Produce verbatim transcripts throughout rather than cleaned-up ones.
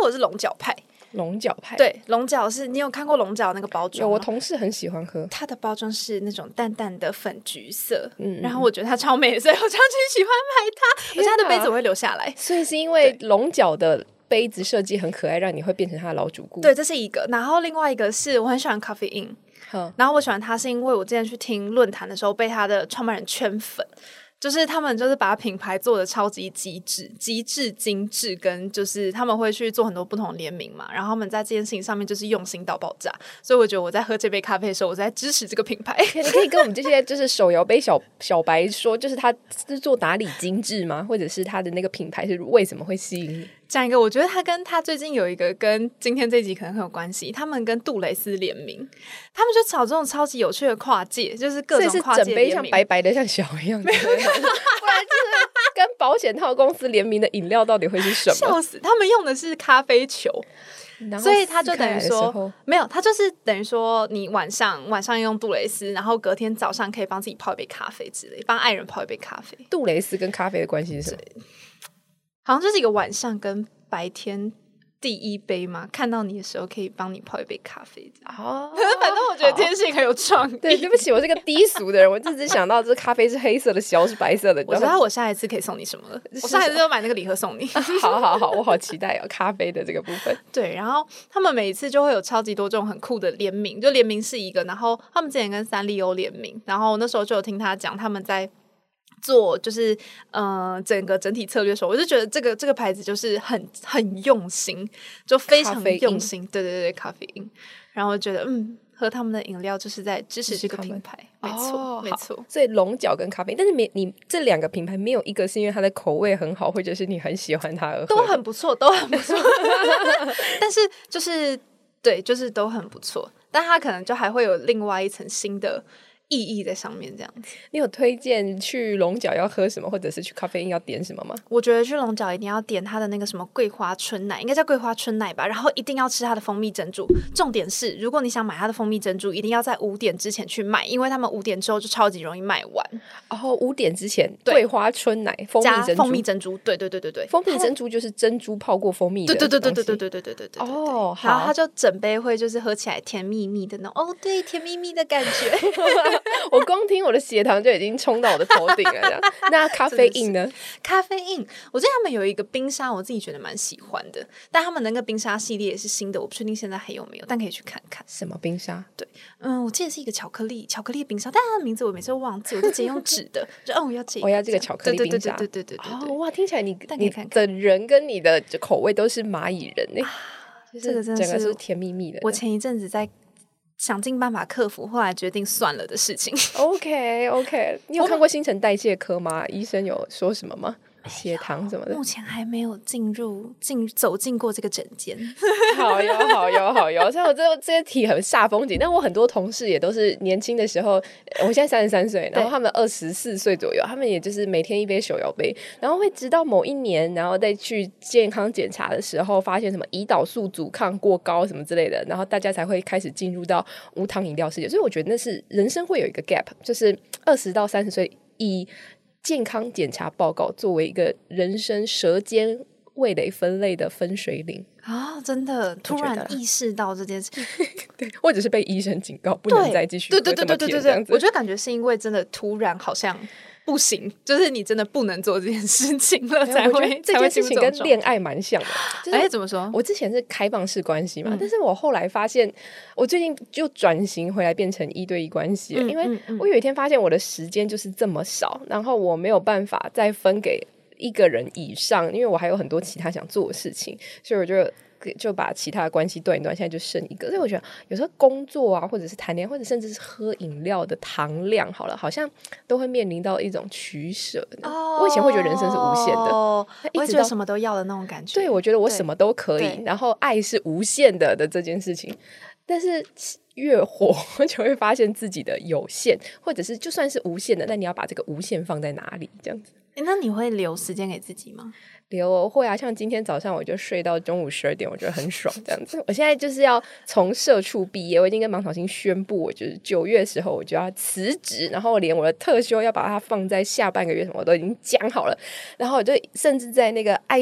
我是龙角派。 龙角派， 对，龙角是你有看过龙角那个包装吗？ 有，我同事很喜欢喝。 它的包装是那种淡淡的粉橘色， 嗯， 然后我觉得它超美，所以我超级喜欢买它，而且它的杯子我会留下来。 所以是因为龙角的杯子设计很可爱，让你会变成它的老主顾。 对，这是一个。然后另外一个是我很喜欢 Coffee In， 然后我喜欢它是因为我之前去听论坛的时候被它的创办人圈粉。就是他们就是把品牌做的超级极致极致精致，跟就是他们会去做很多不同的联名嘛，然后他们在这件事情上面就是用心到爆炸，所以我觉得我在喝这杯咖啡的时候我在支持这个品牌。 你可以跟我们这些就是手摇杯小小白说，就是它是做哪里精致吗？或者是它的那个品牌是为什么会吸引你？ 讲一个，我觉得他跟他最近有一个跟今天这集可能很有关系，他们跟杜蕾斯联名，他们就找这种超级有趣的跨界，就是各种跨界联名， 整杯像白白的像小一样的，不然就是跟保险套公司联名的饮料到底会是什么？ 笑死！他们用的是咖啡球。所以他就等于说没有，他就是等于说你晚上晚上用杜蕾斯，然后隔天早上可以帮自己泡一杯咖啡之类，帮爱人泡一杯咖啡。 杜蕾斯跟咖啡的关系是什么？ 好像就是一个晚上跟白天第一杯嘛，看到你的时候可以帮你泡一杯咖啡哦。反正我觉得这件事情很有创意。 对，对不起，我是个低俗的人，我只想到这咖啡是黑色的，小是白色的。 我知道我下一次可以送你什么了，我下一次就买那个礼盒送你。 好好好，我好期待哦，咖啡的这个部分。 对，然后他们每一次就会有超级多这种很酷的联名，就联名是一个，然后他们之前跟三丽鸥联名，然后那时候就有听他讲他们在做就是呃整个整体策略的时候，我就觉得这个这个牌子就是很很用心，就非常用心。对对对，咖啡因。然后我觉得嗯，喝他们的饮料就是在支持这个品牌，没错、哦、没错。 所以龙角跟咖啡，但是没你这两个品牌没有一个是因为它的口味很好，或者是你很喜欢它而喝， 都很不错，都很不错。但是就是对，就是都很不错，但它可能就还会有另外一层新的意义在上面这样子。 你有推荐去龙角要喝什么，或者是去咖啡因要点什么吗？ 我觉得去龙角一定要点它的那个什么桂花春奶，应该叫桂花春奶吧，然后一定要吃它的蜂蜜珍珠。重点是如果你想买它的蜂蜜珍珠，一定要在五点之前去买，因为他们五点之后就超级容易卖完。 然后五点之前桂花春奶蜂蜜珍珠， 加蜂蜜珍珠，对对对对对， 蜂蜜珍珠就是珍珠泡过蜂蜜的， 对对对对对对对对对对对。 哦， 然后它就整杯会就是喝起来甜蜜蜜的那种，哦，对，甜蜜蜜的感觉。 我光听我的血糖就已经冲到我的头顶了这样。那咖啡因呢？ 咖啡因我记得他们有一个冰沙，我自己觉得蛮喜欢的，但他们那个冰沙系列也是新的，我不确定现在还有没有，但可以去看看。 什么冰沙？ 对，嗯，我记得是一个巧克力巧克力冰沙，但它的名字我每次都忘记，我就直接用纸的，就哦，我要这个， 我要这个巧克力冰沙， 对对对对对对对。 哦，哇，听起来你但可以看看你的人跟你的口味都是蚂蚁人呢、欸啊， 这个真的是整个是甜蜜蜜的。 我前一阵子在想尽办法克服，后来决定算了的事情。 OK OK， 你有看过新陈代谢科吗？医生有说什么吗？血糖什么的？ 目前还没有进入进走进过这个诊间。 好哟好哟好哟，所以我这这些题很煞风景。但我很多同事也都是年轻的时候，我现在三十三岁，然后他们二十四岁左右，他们也就是每天一杯手摇杯，然后会直到某一年，然后再去健康检查的时候，发现什么胰岛素阻抗过高什么之类的，然后大家才会开始进入到无糖饮料世界。所以我觉得那是人生会有一个 gap， 就是二十到三十岁以健康检查报告作为一个人生舌尖味蕾分类的分水岭啊、哦！真的突然意识到这件事， 对，或者是被医生警告不能再继续喝这么甜，对对对对对对对， 我觉得感觉是因为真的突然好像不行，就是你真的不能做这件事情了，才会这件事情跟恋爱蛮像的。哎、 就是，怎么说？ 我之前是开放式关系嘛、嗯，但是我后来发现，我最近就转型回来变成一对一关系了、嗯，因为我有一天发现我的时间就是这么少，然后我没有办法再分给一个人以上，因为我还有很多其他想做的事情，所以我就就把其他的关系断一断，现在就剩一个。所以我觉得有时候工作啊，或者是谈恋爱，或者甚至是喝饮料的糖量，好了，好像都会面临到一种取舍。哦，我以前会觉得人生是无限的， 哦，我会觉得什么都要的那种感觉。 对，我觉得我什么都可以，然后爱是无限的的这件事情，但是越活就会发现自己的有限，或者是就算是无限的，那你要把这个无限放在哪里？这样子。 那你会留时间给自己吗？ 留会啊，像今天早上我就睡到中午十二点，我觉得很爽这样子。我现在就是要从社畜毕业，我已经跟芒草星宣布，我就是九月的时候我就要辞职，然后连我的特休要把它放在下半个月什么我都已经讲好了，然后我就甚至在那个 I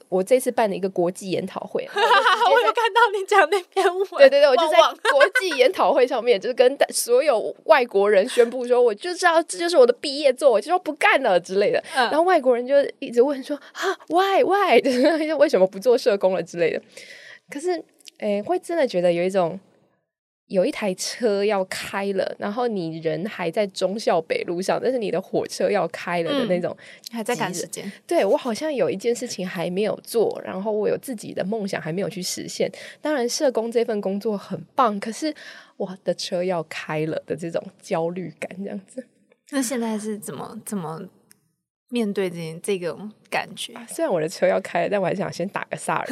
我这次办了一个国际研讨会我, 我有看到你讲那篇文， 对对对，我就在国际研讨会上面就是跟所有外国人宣布说我就知道这就是我的毕业作，我就说不干了之类的、嗯、然后外国人就一直问说啊 why why 为什么不做社工了之类的。可是诶会真的觉得有一种有一台车要开了，然后你人还在忠孝北路上，但是你的火车要开了的那种、 嗯、还在赶时间。 对，我好像有一件事情还没有做，然后我有自己的梦想还没有去实现。当然社工这份工作很棒，可是我的车要开了的这种焦虑感这样子。 那现在是怎么怎么面对这这种感觉、 啊、虽然我的车要开了，但我还想先打个萨尔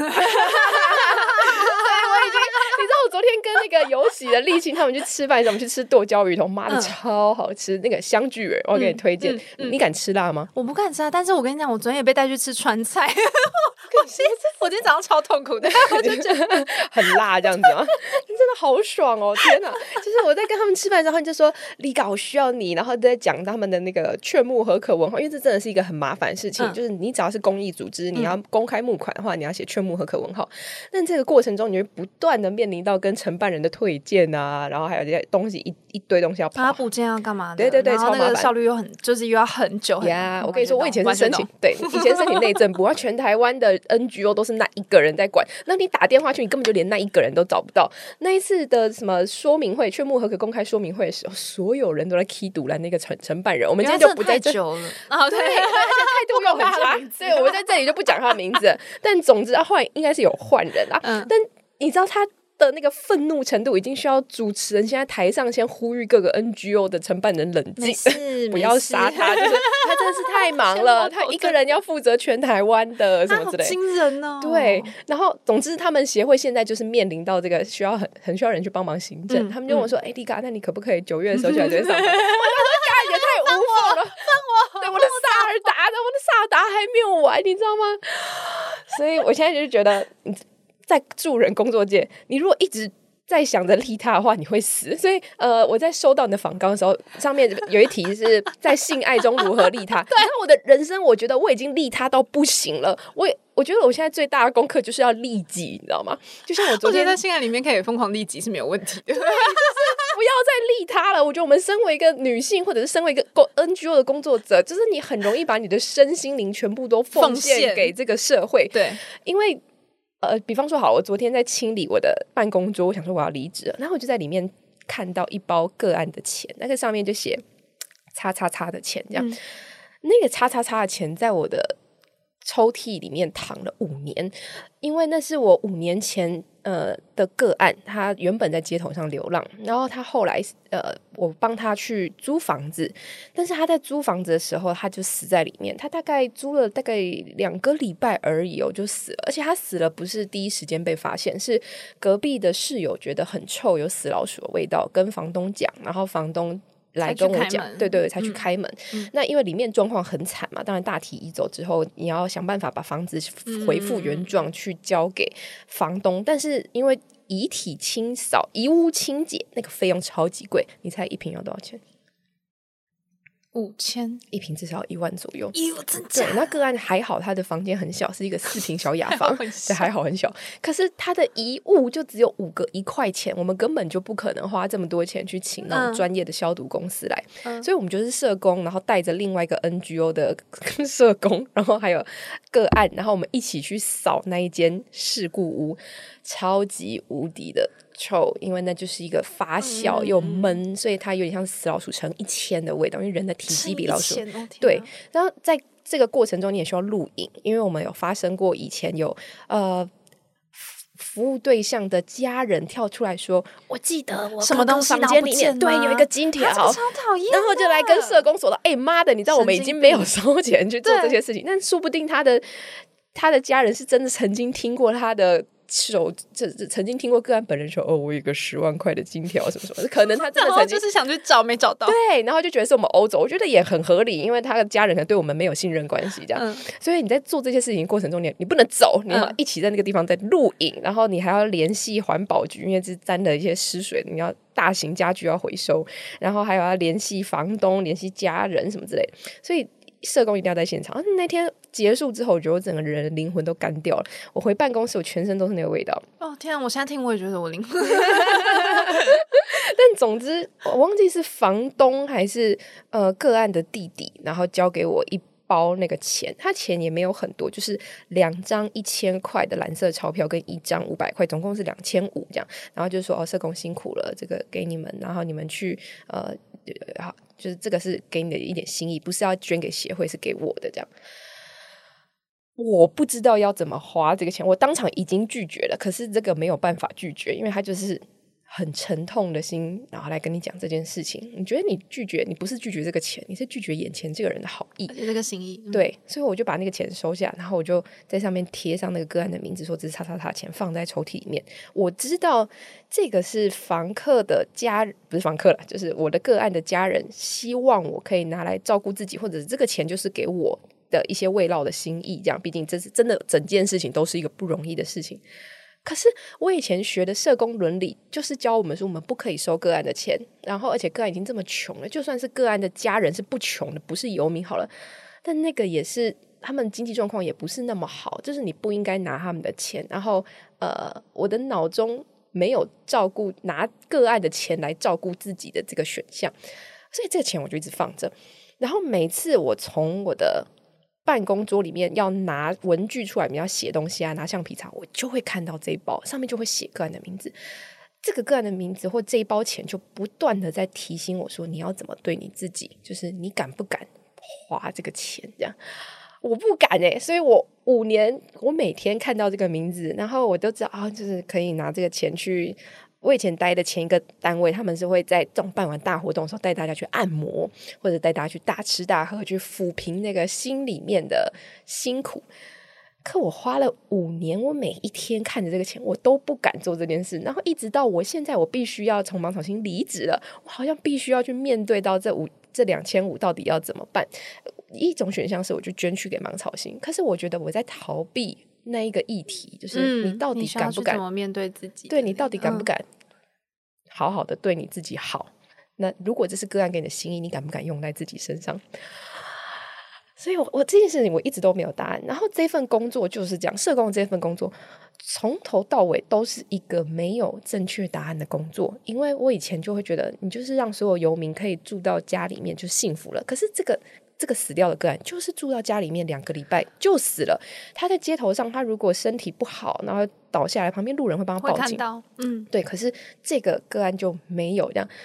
我昨天跟那个有喜的立青他们去吃饭，我们去吃剁椒鱼头，妈的、嗯、超好吃，那个香聚儿我给你推荐、嗯嗯、你敢吃辣吗？ 我不敢吃辣，但是我跟你讲我昨天也被带去吃川菜我, 今我今天早上超痛苦的我就觉得很辣这样子吗？真的好爽哦，天哪。就是我在跟他们吃饭，然后就说李嘎我需要你，然后在讲他们的那个劝募合可文化，因为这真的是一个很麻烦的事情、嗯、就是你只要是公益组织你要公开募款的话、嗯、你要写劝募合可文号，但这个过程中你会不断的面临到跟承办人的退件啊，然后还有这些东西一一堆东西要跑， 他补件要干嘛的？ 对对对， 然后那个效率又很，就是又要很久很呀。Yeah, 我跟你说，我以前是申请，对，以前申请内政部，然后全台湾的 N G O 都是那一个人在管，那你打电话去，你根本就连那一个人都找不到。那一次的什么说明会，劝募合可公开说明会的时候，所有人都在 key 堵拦那个承承办人，我们今天就不在这， 久了啊，对， 而且态度又很差，对，我们在这里就不讲他的名字。但总之，后来应该是有换人啦，嗯、但你知道他的那个愤怒程度已经需要主持人现在台上先呼吁各个 N G O 的承办人冷静，不要杀他，就是他真的是太忙了他一个人要负责全台湾的什么之类的， 好惊人哦。 对，然后总之他们协会现在就是面临到这个需要很很需要人去帮忙行政、嗯、他们就问我说哎、欸，丽嘎那你可不可以九月的时候就来这边上班我就说嘎也太无缝了，放我对我的萨尔达的我的萨尔达还没有完你知道吗？所以我现在就觉得在助人工作界，你如果一直在想着利他的话，你会死。所以，呃，我在收到你的访纲的时候，上面有一题是在性爱中如何利他。对，然后我的人生，我觉得我已经利他到不行了。我也我觉得我现在最大的功课就是要利己，你知道吗？就像我昨天我觉得在性爱里面可以疯狂利己是没有问题的。 对，就是不要再利他了。我觉得我们身为一个女性，或者是身为一个 N G O 的工作者，就是你很容易把你的身心灵全部都奉献给这个社会。 对，因为。呃，比方说好，我昨天在清理我的办公桌，我想说我要离职了，然后我就在里面看到一包个案的钱，那个上面就写叉叉叉的钱这样、嗯、那个叉叉叉的钱在我的抽屉里面躺了五年，因为那是我五年前呃的个案，他原本在街头上流浪，然后他后来呃我帮他去租房子，但是他在租房子的时候他就死在里面，他大概租了大概两个礼拜而已哦就死了，而且他死了不是第一时间被发现，是隔壁的室友觉得很臭，有死老鼠的味道，跟房东讲，然后房东来跟我讲，对对，才去开门、嗯、那因为里面状况很惨嘛，当然大体移走之后你要想办法把房子恢复原状去交给房东、嗯、但是因为遗体清扫遗物清洁那个费用超级贵，你猜一瓶要多少钱？ 五千， 一瓶至少一万左右。 哟，真假？ 对，那个案还好，他的房间很小，是一个四平小雅房，对，还好很小。可是他的遗物就只有五个一块钱，我们根本就不可能花这么多钱去请那种专业的消毒公司来、嗯、所以我们就是社工，然后带着另外一个 N G O 的社工，然后还有个案，然后我们一起去扫那一间事故屋，超级无敌的臭，因为那就是一个发酵又闷、嗯、所以它有点像死老鼠乘一千的味道，因为人的体积比老鼠、 哦、 对，然后在这个过程中你也需要录影，因为我们有发生过以前有呃服务对象的家人跳出来说我记得我什么东西房间里面对有一个金条， 超讨厌， 然后就来跟社工说到哎妈的，你知道我们已经没有收钱去做这些事情，但说不定他的他的家人是真的曾经听过他的手这曾经听过个案本人说哦，我有一个十万块的金条什么什么，可能他真的曾经就是想去找没找到， 对，然后就觉得是我们欧洲，我觉得也很合理，因为他的家人可能对我们没有信任关系这样、嗯、所以你在做这些事情过程中你你不能走，你要一起在那个地方在录影、嗯、然后你还要联系环保局，因为是沾了一些湿水，你要大型家具要回收，然后还有要联系房东联系家人什么之类的，所以社工一定要在现场。那天结束之后，我觉得我整个人的灵魂都干掉了。我回办公室，我全身都是那个味道。 哦天啊！我现在听我也觉得我灵魂。 但总之，我忘记是房东还是呃个案的弟弟，然后交给我一包那个钱，他钱也没有很多，就是两张一千块的蓝色钞票跟一张五百块，总共是两千五这样。然后就说哦，社工辛苦了，这个给你们，然后你们去呃，好，就是这个是给你的一点心意，不是要捐给协会，是给我的这样。我不知道要怎么花这个钱，我当场已经拒绝了，可是这个没有办法拒绝，因为他就是很沉痛的心，然后来跟你讲这件事情。你觉得你拒绝，你不是拒绝这个钱，你是拒绝眼前这个人的好意， 而且这个心意、嗯、 对，所以我就把那个钱收下，然后我就在上面贴上那个个案的名字，说这是叉叉叉钱，放在抽屉里面。我知道这个是房客的家，不是房客了，就是我的个案的家人希望我可以拿来照顾自己，或者是这个钱就是给我的一些慰劳的心意，这样，毕竟这是真的，整件事情都是一个不容易的事情。可是我以前学的社工伦理就是教我们说我们不可以收个案的钱，然后而且个案已经这么穷了，就算是个案的家人是不穷的，不是游民好了，但那个也是他们经济状况也不是那么好，就是你不应该拿他们的钱。然后呃，我的脑中没有照顾拿个案的钱来照顾自己的这个选项，所以这个钱我就一直放着。然后每次我从我的办公桌里面要拿文具出来，要写东西啊，拿橡皮擦，我就会看到这一包上面就会写个案的名字，这个个案的名字或这一包钱就不断的在提醒我说你要怎么对你自己，就是你敢不敢花这个钱这样。我不敢欸，所以我五年我每天看到这个名字，然后我都知道啊，就是可以拿这个钱去。我以前待的前一个单位，他们是会在这种办完大活动的时候带大家去按摩，或者带大家去大吃大喝，去抚平那个心里面的辛苦。可我花了五年，我每一天看着这个钱，我都不敢做这件事。然后一直到我现在，我必须要从芒草心离职了，我好像必须要去面对到这五这两千五到底要怎么办。一种选项是我就捐去给芒草心，可是我觉得我在逃避那一个议题，就是你到底敢不敢、 嗯、怎么面对自己？ 对，你到底敢不敢好好的对你自己好？那如果这是个案给你的心意，你敢不敢用在自己身上？所以我我这件事情我一直都没有答案。然后这份工作就是这样，社工这份工作从头到尾都是一个没有正确答案的工作。因为我以前就会觉得你就是让所有游民可以住到家里面就幸福了，可是这个这个死掉的个案就是住到家里面两个礼拜就死了。他在街头上，他如果身体不好然后倒下来，旁边路人会帮他报警，会看到，嗯， 对。可是这个个案就没有这样，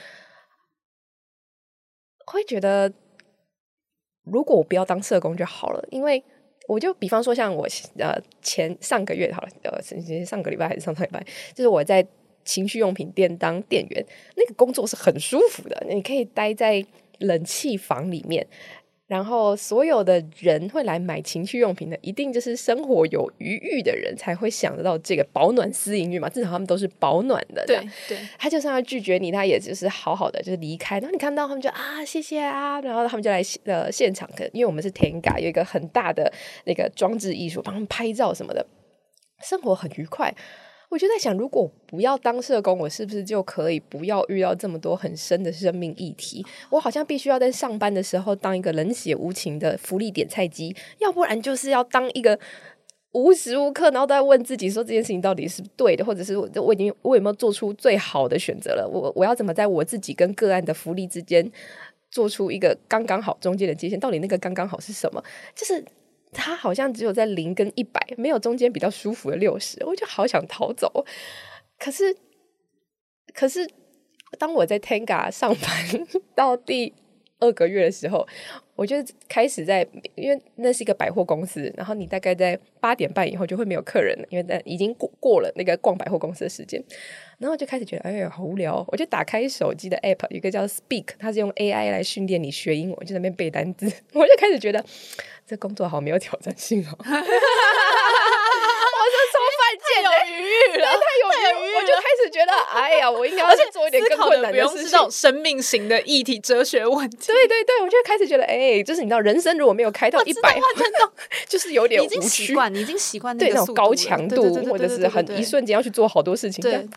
会觉得如果我不要当社工就好了。因为我就比方说像我呃前上个月好了，呃上个礼拜还是上上礼拜，就是我在情趣用品店当店员，那个工作是很舒服的，你可以待在冷气房里面，然后所有的人会来买情趣用品的一定就是生活有余裕的人才会想得到这个保暖私淫欲嘛，至少他们都是保暖的。 对对， 他就算要拒绝你，他也就是好好的就是离开。然后你看到他们就啊谢谢啊，然后他们就来呃现场，因为我们是 Tenga 有一个很大的那个装置艺术，帮他们拍照什么的，生活很愉快。我就在想，如果不要当社工，我是不是就可以不要遇到这么多很深的生命议题？我好像必须要在上班的时候当一个冷血无情的福利点菜机，要不然就是要当一个无时无刻然后都在问自己说这件事情到底是对的，或者是我已经我有没有做出最好的选择了？我我要怎么在我自己跟个案的福利之间做出一个刚刚好中间的界限？到底那个刚刚好是什么？就是他好像只有在零跟一百，没有中间比较舒服的六十，我就好想逃走。可是，可是当我在 Tenga 上班到第二个月的时候，我就开始在，因为那是一个百货公司，然后你大概在八点半以后就会没有客人了，因为已经过过了那个逛百货公司的时间。然后就开始觉得哎呀好无聊，我就打开手机的 app， 有一个叫 Speak， 它是用 A I 来训练你学英文，就在那边背单字。我就开始觉得这工作好没有挑战性哦。我是超犯贱的， 有余裕了， 太有余裕，我就开始觉得哎呀我应该要去做一点更困难的事情， 不用是这种生命型的议题哲学问题。 对对对，我就开始觉得哎，就是你知道人生如果没有开到一百，就是有点无趣， 你已经习惯你已经习惯对那种高强度，或者是很一瞬间要去做好多事情。 对对，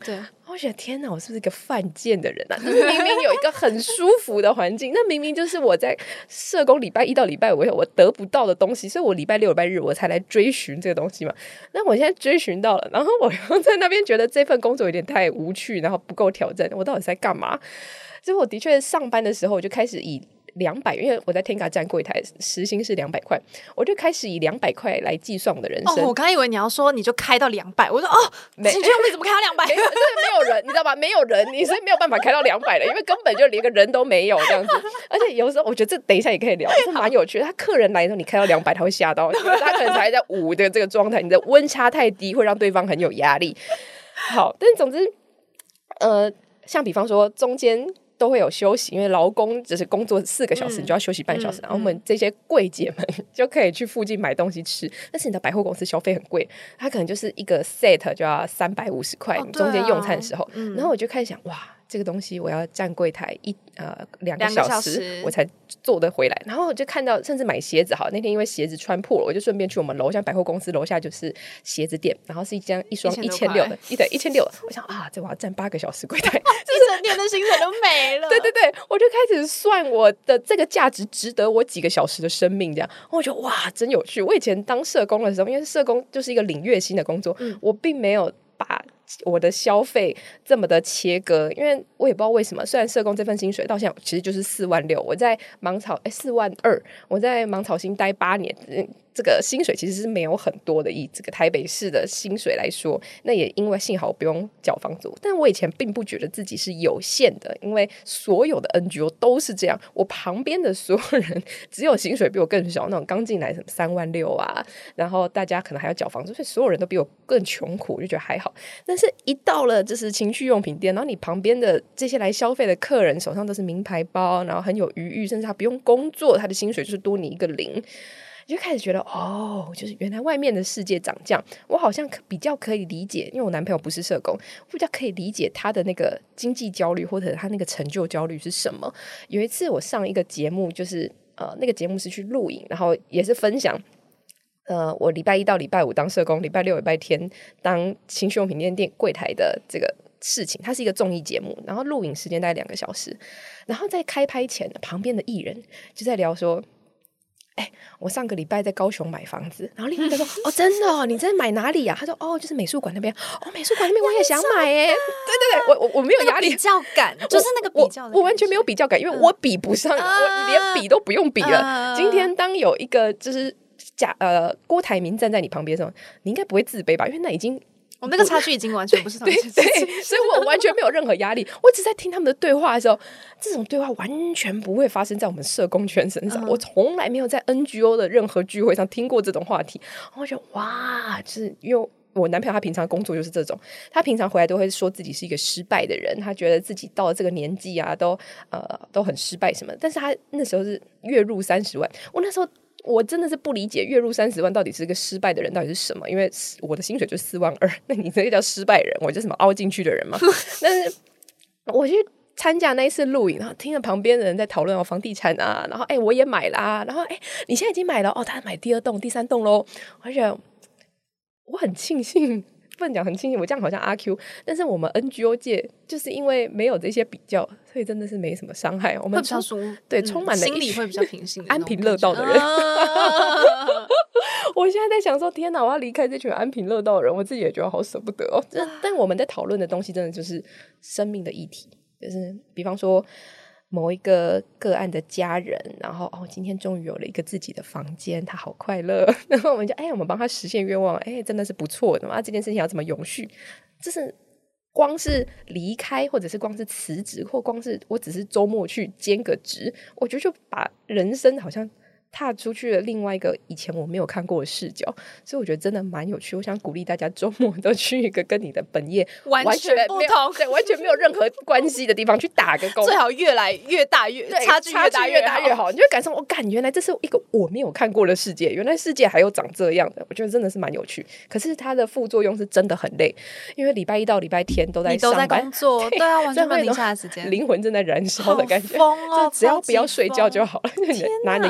我觉得天哪，我是不是一个犯贱的人啊？就是明明有一个很舒服的环境，那明明就是我在社工礼拜一到礼拜五我得不到的东西，所以我礼拜六礼拜日我才来追寻这个东西嘛。那我现在追寻到了，然后我又在那边觉得这份工作有点太无趣，然后不够挑战，我到底在干嘛？所以我的确上班的时候我就开始以两百，因为我在 Tenga 站柜台时薪是两百块，我就开始以两百块来计算我的人生。 哦，我刚以为你要说你就开到两百，我说哦，情趣用品怎么开到两百？ 没有，就是没有人，你知道吧？没有人，你是没有办法开到两百的，因为根本就连个人都没有这样子。而且有时候我觉得这等一下也可以聊，这蛮有趣的。他客人来的时候，你开到两百，他会吓到，因为他可能才在五的这个状态，你的温差太低，会让对方很有压力。好，但总之，呃，像比方说中间都会有休息，因为劳工只是工作四个小时，嗯、你就要休息半小时。嗯、然后我们这些柜姐们就可以去附近买东西吃。但是你的百货公司消费很贵，它可能就是一个 set 就要三百五十块。哦、中间用餐的时候，嗯、然后我就开始想，哇，这个东西我要站柜台一呃两个小时我才做得回来。然后我就看到，甚至买鞋子，好，那天因为鞋子穿破了，我就顺便去我们楼下百货公司楼下就是鞋子店，然后是一张一双一千六的，一对一千六。我想啊，这我要站八个小时柜台， 一整天的薪水都没了。 对对对，我就开始算我的这个价值值得我几个小时的生命，这样我觉得哇，真有趣。我以前当社工的时候，因为社工就是一个领月薪的工作，嗯、我并没有把我的消费这么的切割，因为我也不知道为什么，虽然社工这份薪水到现在其实就是四万六，我在芒草哎四万二，我在芒草心待八年，嗯，这个薪水其实是没有很多的，以这个台北市的薪水来说，那也因为幸好不用缴房租，但我以前并不觉得自己是有限的，因为所有的 N G O 都是这样，我旁边的所有人只有薪水比我更少，那种刚进来什么三万六啊，然后大家可能还要缴房租，所以所有人都比我更穷苦，我就觉得还好。但是一到了就是情趣用品店，然后你旁边的这些来消费的客人手上都是名牌包，然后很有余裕，甚至他不用工作，他的薪水就是多你一个零，你就开始觉得哦，就是原来外面的世界长这样。我好像比较可以理解，因为我男朋友不是社工，我比较可以理解他的那个经济焦虑或者他那个成就焦虑是什么。有一次我上一个节目，就是呃那个节目是去录影，然后也是分享呃，我礼拜一到礼拜五当社工，礼拜六礼拜天当情趣用品店店柜台的这个事情。它是一个综艺节目，然后录影时间大概两个小时，然后在开拍前旁边的艺人就在聊说，哎、欸，我上个礼拜在高雄买房子，然后另外一个说哦真的哦，你在买哪里啊？他说哦就是美术馆那边。哦美术馆那边我也想买耶。对对对，我我我没有压力， 比较感就是那个比较的我，我完全没有比较感，因为我比不上、嗯、我连比都不用比了、嗯、今天当有一个就是假呃郭台铭站在你旁边的时候，你应该不会自卑吧？因为那已经我、哦、那个差距已经完全不是同一件事情， 对对，所以我完全没有任何压力。我只在听他们的对话的时候，这种对话完全不会发生在我们社工圈身上。嗯、我从来没有在 N G O 的任何聚会上听过这种话题。我觉得哇，就是因为我男朋友他平常工作就是这种，他平常回来都会说自己是一个失败的人，他觉得自己到了这个年纪啊，都呃都很失败什么。但是他那时候是月入三十万，我那时候。我真的是不理解月入三十万到底是个失败的人到底是什么，因为我的薪水就四万二，那你这个叫失败人，我就什么凹进去的人嘛。但是我去参加那一次录影，然后听着旁边的人在讨论哦房地产啊，然后哎、欸、我也买啦，然后哎、欸、你现在已经买了哦，他买第二栋第三栋咯，而且我很庆幸。不能讲很庆幸，我这样好像阿 Q， 但是我们 N G O 界就是因为没有这些比较，所以真的是没什么伤害。我们会比较舒对、 嗯、 充满了心里会比较平静、 安贫乐道的人。啊、我现在在想说，天哪，我要离开这群安贫乐道的人，我自己也觉得好舍不得哦。但我们在讨论的东西，真的就是生命的议题，就是比方说。某一个个案的家人，然后哦，今天终于有了一个自己的房间，他好快乐。然后我们就哎，我们帮他实现愿望，哎，真的是不错的嘛。这件事情要怎么永续？这是光是离开，或者是光是辞职，或光是我只是周末去兼个职，我觉得就把人生好像踏出去了另外一个以前我没有看过的视角，所以我觉得真的蛮有趣。我想鼓励大家周末都去一个跟你的本业完全不同， 对，完全没有任何关系的地方去打个工， 最好越来越大，越差距越大越大越好。你就会感受，我感原来这是一个我没有看过的世界，原来世界还有长这样的，我觉得真的是蛮有趣。可是它的副作用是真的很累，因为礼拜一到礼拜天都在上班， 你都在工作，对, 对啊，完全没有停下来的时间， 灵魂正在燃烧的感觉， 好疯哦， 就只要不要睡觉就好了。拿你的阳寿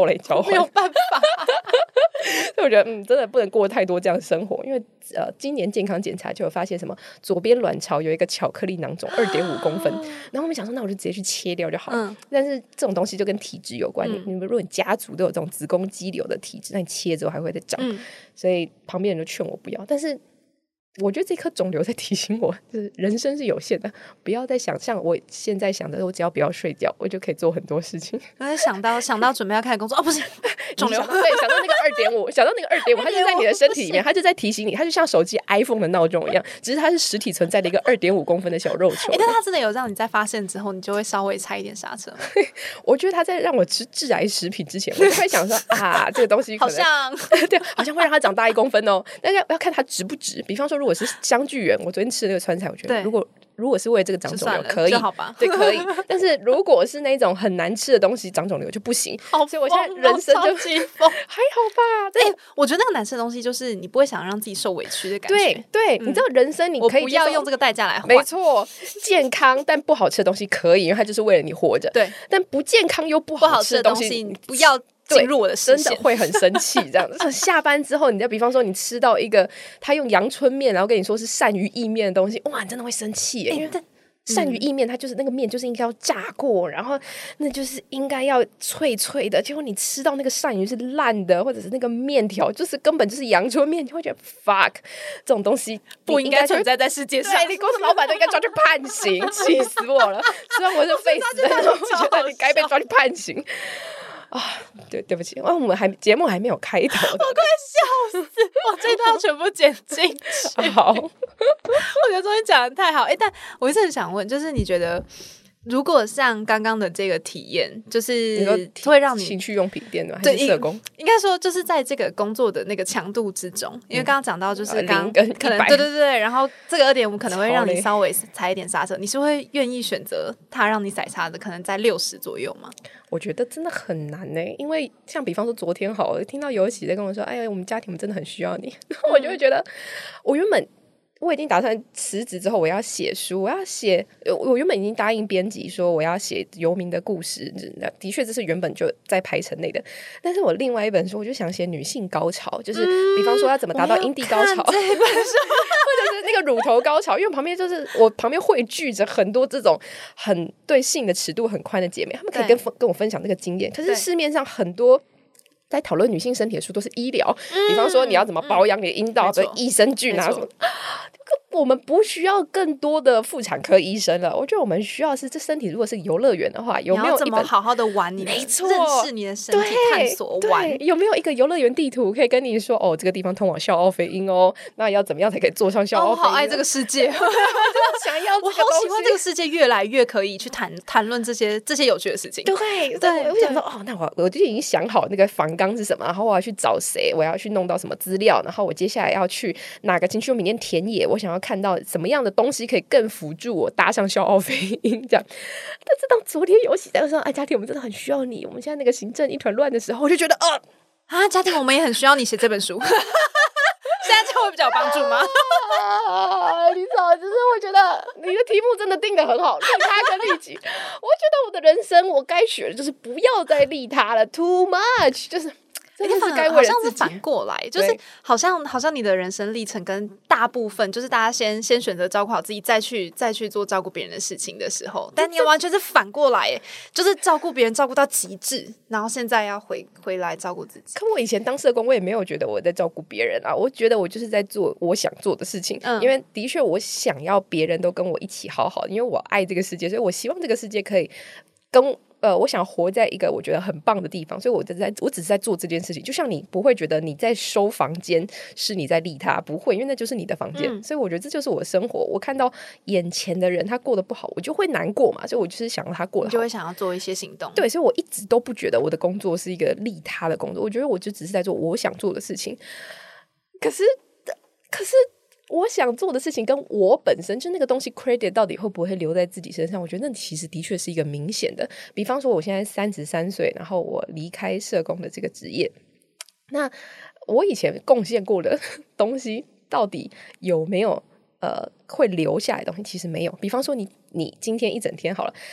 类交换， 没有办法。 所以我觉得嗯，真的不能过太多这样的生活，因为呃，今年健康检查就有发现什么左边卵巢有一个巧克力囊肿二点五公分，然后我们想说那我就直接去切掉就好了、嗯、但是这种东西就跟体质有关、嗯、你们如果你家族都有这种子宫肌瘤的体质，那你切之后还会再长、嗯、所以旁边人就劝我不要，但是我觉得这颗肿瘤在提醒我，就是人生是有限的，不要再想象我现在想的，我只要不要睡觉，我就可以做很多事情。 但是想到想到准备要开始工作，哦，不是肿瘤， 对，想到那个二点五，想到那个二点五，它就在你的身体里面，它就在提醒你，它就像手机 iPhone 的闹钟一样，只是它是实体存在的一个二点五公分的小肉球。 哎、欸，但它真的有让你在发现之后，你就会稍微踩一点刹车。 我觉得它在让我吃致癌食品之前，我就会想说啊，这个东西可能好像对，好像会让它长大一公分哦，但是要看它值不值。比方说，如果是香聚圆，我昨天吃的那个川菜，我觉得如果如果是为了这个长肿瘤，可以， 好吧， 对，可以。但是如果是那种很难吃的东西长肿瘤就不行。 好， 所以我现在人生就超级疯， 还好吧。 对、欸，我觉得那个难吃的东西就是你不会想让自己受委屈的感觉。 对对、嗯，你知道人生你可以我不要用这个代价来换， 没错。健康但不好吃的东西可以，因为它就是为了你活着。 对， 但不健康又不好吃的东西， 你不要进入我的视线， 真的会很生气。这样子，下班之后，你再比方说你吃到一个他用阳春面，然后跟你说是鳝鱼意面的东西，哇，你真的会生气耶！欸、因为鳝鱼意面它就是那个面就是应该要炸过，然后那就是应该要脆脆的，结果你吃到那个鳝鱼是烂的，或者是那个面条就是根本就是阳春面，你会觉得 fuck 这种东西不应该存在在世界上。 对，你公司老板都应该抓去判刑，气死我了！虽然我是废死的，但是我觉得你该被抓去判刑。啊，对，对不起，啊，我们还节目还没有开头， 我快笑死！我这套全部剪进去。 好， 我觉得昨天讲的太好，哎、欸，但我一直很想问，就是你觉得，如果像刚刚的这个体验，就是会让你情趣用品店的还是社工？ 应该说，就是在这个工作的那个强度之中，因为刚刚讲到，就是刚、 嗯、 可能对对对，然后这个二点五可能会让你稍微踩一点刹车，你是会愿意选择它让你踩刹的，可能在六十左右吗？ 我觉得真的很难呢、欸，因为像比方说昨天好了，听到有一起在跟我说，哎呀，我们家庭我们真的很需要你，嗯、我就会觉得，我原本我已经打算辞职之后我要写书，我要写，我原本已经答应编辑说我要写游民的故事，的确这是原本就在排程内的，但是我另外一本书我就想写女性高潮，就是、嗯、比方说要怎么达到阴蒂高潮， 这本书或者是那个乳头高潮，因为旁边就是我旁边汇聚着很多这种很对性的尺度很宽的姐妹，她们可以跟跟我分享这个经验，可是市面上很多在讨论女性身体的书都是医疗、嗯、比方说你要怎么保养你的阴道的益生菌啊什么，我们不需要更多的妇产科医生了，我觉得我们需要的是这身体如果是游乐园的话，有没有一本你要怎么好好的玩你的， 没错， 认识你的身体，探索玩， 有没有一个游乐园地图可以跟你说哦，这个地方通往笑傲飞鹰哦，那要怎么样才可以坐上笑傲飞鹰、 哦、我好爱这个世界想要这个， 我好喜欢这个世界越来越可以去谈谈论这些这些有趣的事情。 对对，我想说哦，那我我就已经想好那个访纲是什么，然后我要去找谁，我要去弄到什么资料，然后我接下来要去哪个情趣用品店田野，我想要看到什么样的东西可以更辅助我搭上笑傲飞鹰这样。但是当昨天有喜在说哎，家庭我们真的很需要你，我们现在那个行政一团乱的时候，我就觉得呃啊，家庭我们也很需要你写这本书现在这会比较有帮助吗啊，你早就是我觉得你的题目真的定得很好，利他跟利己我觉得我的人生我该学的就是不要再利他了 too much， 就是真的是该为了自己， 好像是反过来，就是好像好像你的人生历程跟大部分就是大家先先选择照顾好自己，再去再去做照顾别人的事情的时候，但你完全是反过来，就是照顾别人照顾到极致，然后现在要回回来照顾自己。 可我以前当社工，我也没有觉得我在照顾别人啊，我觉得我就是在做我想做的事情，嗯、因为的确我想要别人都跟我一起好好，因为我爱这个世界，所以我希望这个世界可以跟。呃，我想活在一个我觉得很棒的地方，所以我在我只是在做这件事情。就像你不会觉得你在收房间是你在利他，不会，因为那就是你的房间、嗯。所以我觉得这就是我的生活。我看到眼前的人他过得不好，我就会难过嘛，所以我就是想让他过得好， 你就会想要做一些行动。 对，所以我一直都不觉得我的工作是一个利他的工作，我觉得我就只是在做我想做的事情。可是，可是。我想做的事情跟我本身就那个东西 credit 到底会不会留在自己身上，我觉得那其实的确是一个明显的。比方说我现在三十三岁，然后我离开社工的这个职业，那我以前贡献过的东西到底有没有呃会留下来的东西，其实没有。比方说你你今天一整天好了，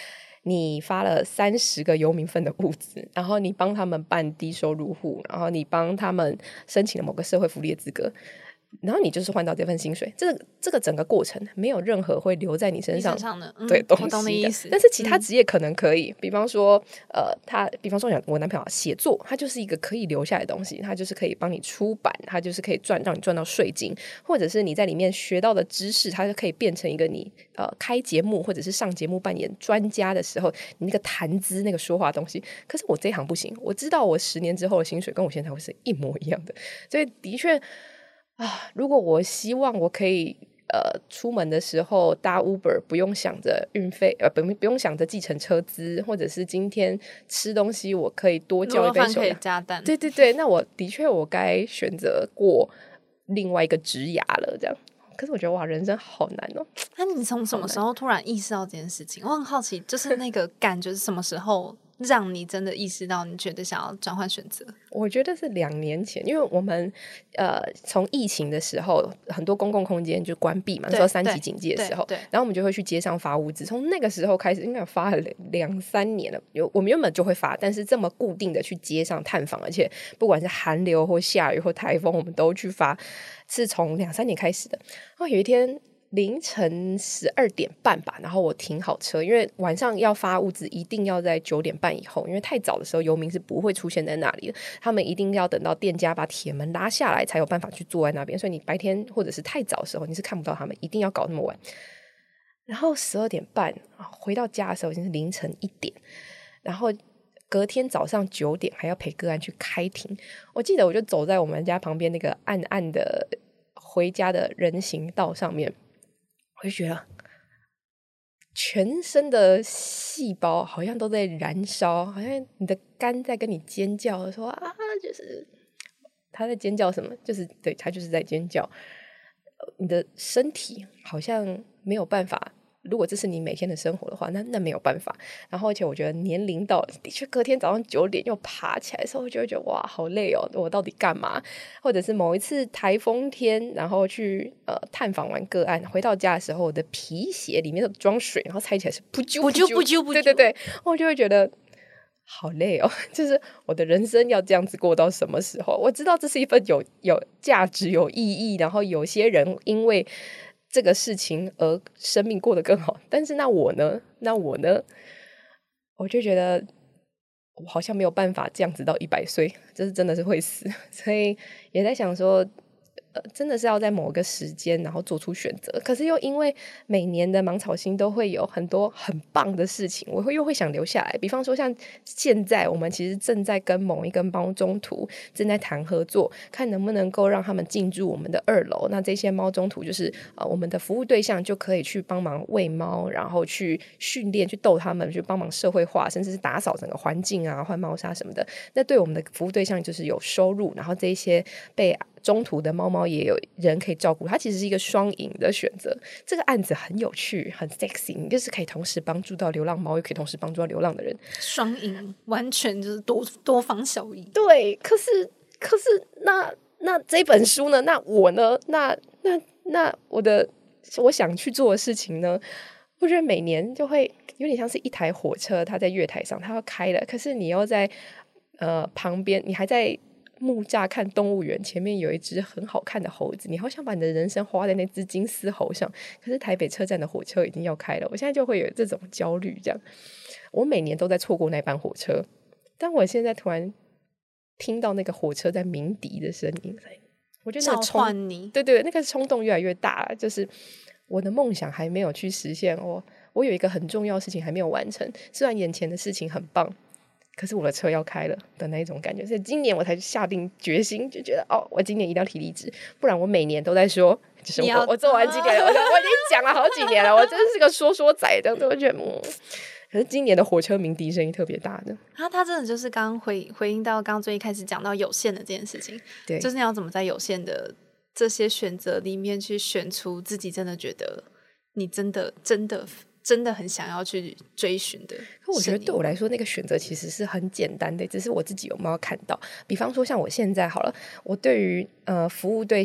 你发了三十个游民份的物资，然后你帮他们办低收入户，然后你帮他们申请了某个社会福利的资格，然后你就是换到这份薪水，这个这个整个过程没有任何会留在你身上， 身上的、嗯、 对东西的， 我懂你意思。 但是其他职业可能可以、嗯、比方说呃，他比方说我男朋友写作，他就是一个可以留下来的东西，他就是可以帮你出版，他就是可以赚让你赚到税金，或者是你在里面学到的知识，它就可以变成一个你呃开节目或者是上节目扮演专家的时候你那个谈资那个说话的东西。可是我这一行不行，我知道我十年之后的薪水跟我现在会是一模一样的，所以的确啊，如果我希望我可以呃出门的时候搭 Uber 不用想着运费，呃不不用想着计程车资，或者是今天吃东西我可以多叫一杯手可以加蛋， 对对对，那我的确我该选择过另外一个职涯了这样。可是我觉得哇，人生好难哦。 那你从什么时候突然意识到这件事情？我很好奇，就是那个感觉是什么时候让你真的意识到你觉得想要转换选择？ 我觉得是两年前，因为我们呃从疫情的时候很多公共空间就关闭嘛，那时候三级警戒的时候，然后我们就会去街上发物资，从那个时候开始应该有发了两三年了，有我们原本就会发，但是这么固定的去街上探访，而且不管是寒流或下雨或台风我们都去发，是从两三年开始的。然后有一天凌晨十二点半吧，然后我停好车，因为晚上要发物资一定要在九点半以后，因为太早的时候游民是不会出现在那里的，他们一定要等到店家把铁门拉下来才有办法去坐在那边，所以你白天或者是太早的时候你是看不到他们，一定要搞那么晚。然后十二点半回到家的时候已经是凌晨一点，然后隔天早上九点还要陪个案去开庭。我记得我就走在我们家旁边那个暗暗的回家的人行道上面，我就觉得全身的细胞好像都在燃烧，好像你的肝在跟你尖叫说啊，就是他在尖叫什么，就是对，他就是在尖叫。你的身体好像没有办法，如果这是你每天的生活的话，那那没有办法。然后而且我觉得年龄到的确隔天早上九点又爬起来的时候，我就会觉得哇好累哦，我到底干嘛？或者是某一次台风天，然后去呃探访完个案回到家的时候，我的皮鞋里面都装水，然后踩起来是噗啾噗啾噗啾噗啾， 对对对，我就会觉得好累哦，就是我的人生要这样子过到什么时候？我知道这是一份有有价值有意义，然后有些人因为这个事情而生命过得更好，但是那我呢那我呢我就觉得我好像没有办法这样子到一百岁，这是真的是会死。所以也在想说呃，真的是要在某个时间然后做出选择，可是又因为每年的芒草心都会有很多很棒的事情，我会又会想留下来。比方说像现在我们其实正在跟某一个猫中途正在谈合作，看能不能够让他们进驻我们的二楼，那这些猫中途就是呃我们的服务对象就可以去帮忙喂猫，然后去训练去逗他们，去帮忙社会化，甚至是打扫整个环境啊，换猫砂什么的。那对我们的服务对象就是有收入，然后这些被中途的猫猫也有人可以照顾，它其实是一个双赢的选择。这个案子很有趣很 sexy， 你就是可以同时帮助到流浪猫，又可以同时帮助到流浪的人， 双赢，完全就是多多方效益。 对，可是可是那那这本书呢？那我呢？那那那我的我想去做的事情呢？我觉得每年就会有点像是一台火车，它在月台上，它要开了，可是你又在呃旁边，你还在木栅看动物园，前面有一只很好看的猴子，你好想把你的人生花在那只金丝猴上，可是台北车站的火车已经要开了，我现在就会有这种焦虑。这样我每年都在错过那班火车，但我现在突然听到那个火车在鸣笛的声音，我觉得那召唤你， 对对，那个冲动越来越大了，就是我的梦想还没有去实现，我我有一个很重要的事情还没有完成，虽然眼前的事情很棒，可是我的车要开了的那一种感觉。所以今年我才下定决心，就觉得哦，我今年一定要提离职，不然我每年都在说就是我我做完今年了，我我已经讲了好几年了，我真的是个说说仔的，我觉得嗯。可是今年的火车鸣笛声音特别大的， 他他真的就是刚刚回回应到刚刚最一开始讲到有限的这件事情， 对， 就是你要怎么在有限的这些选择里面去选出自己真的觉得你真的真的真的很想要去追寻的。 可我觉得对我来说那个选择其实是很简单的，只是我自己有没有看到。比方说像我现在好了，我对于呃服务对象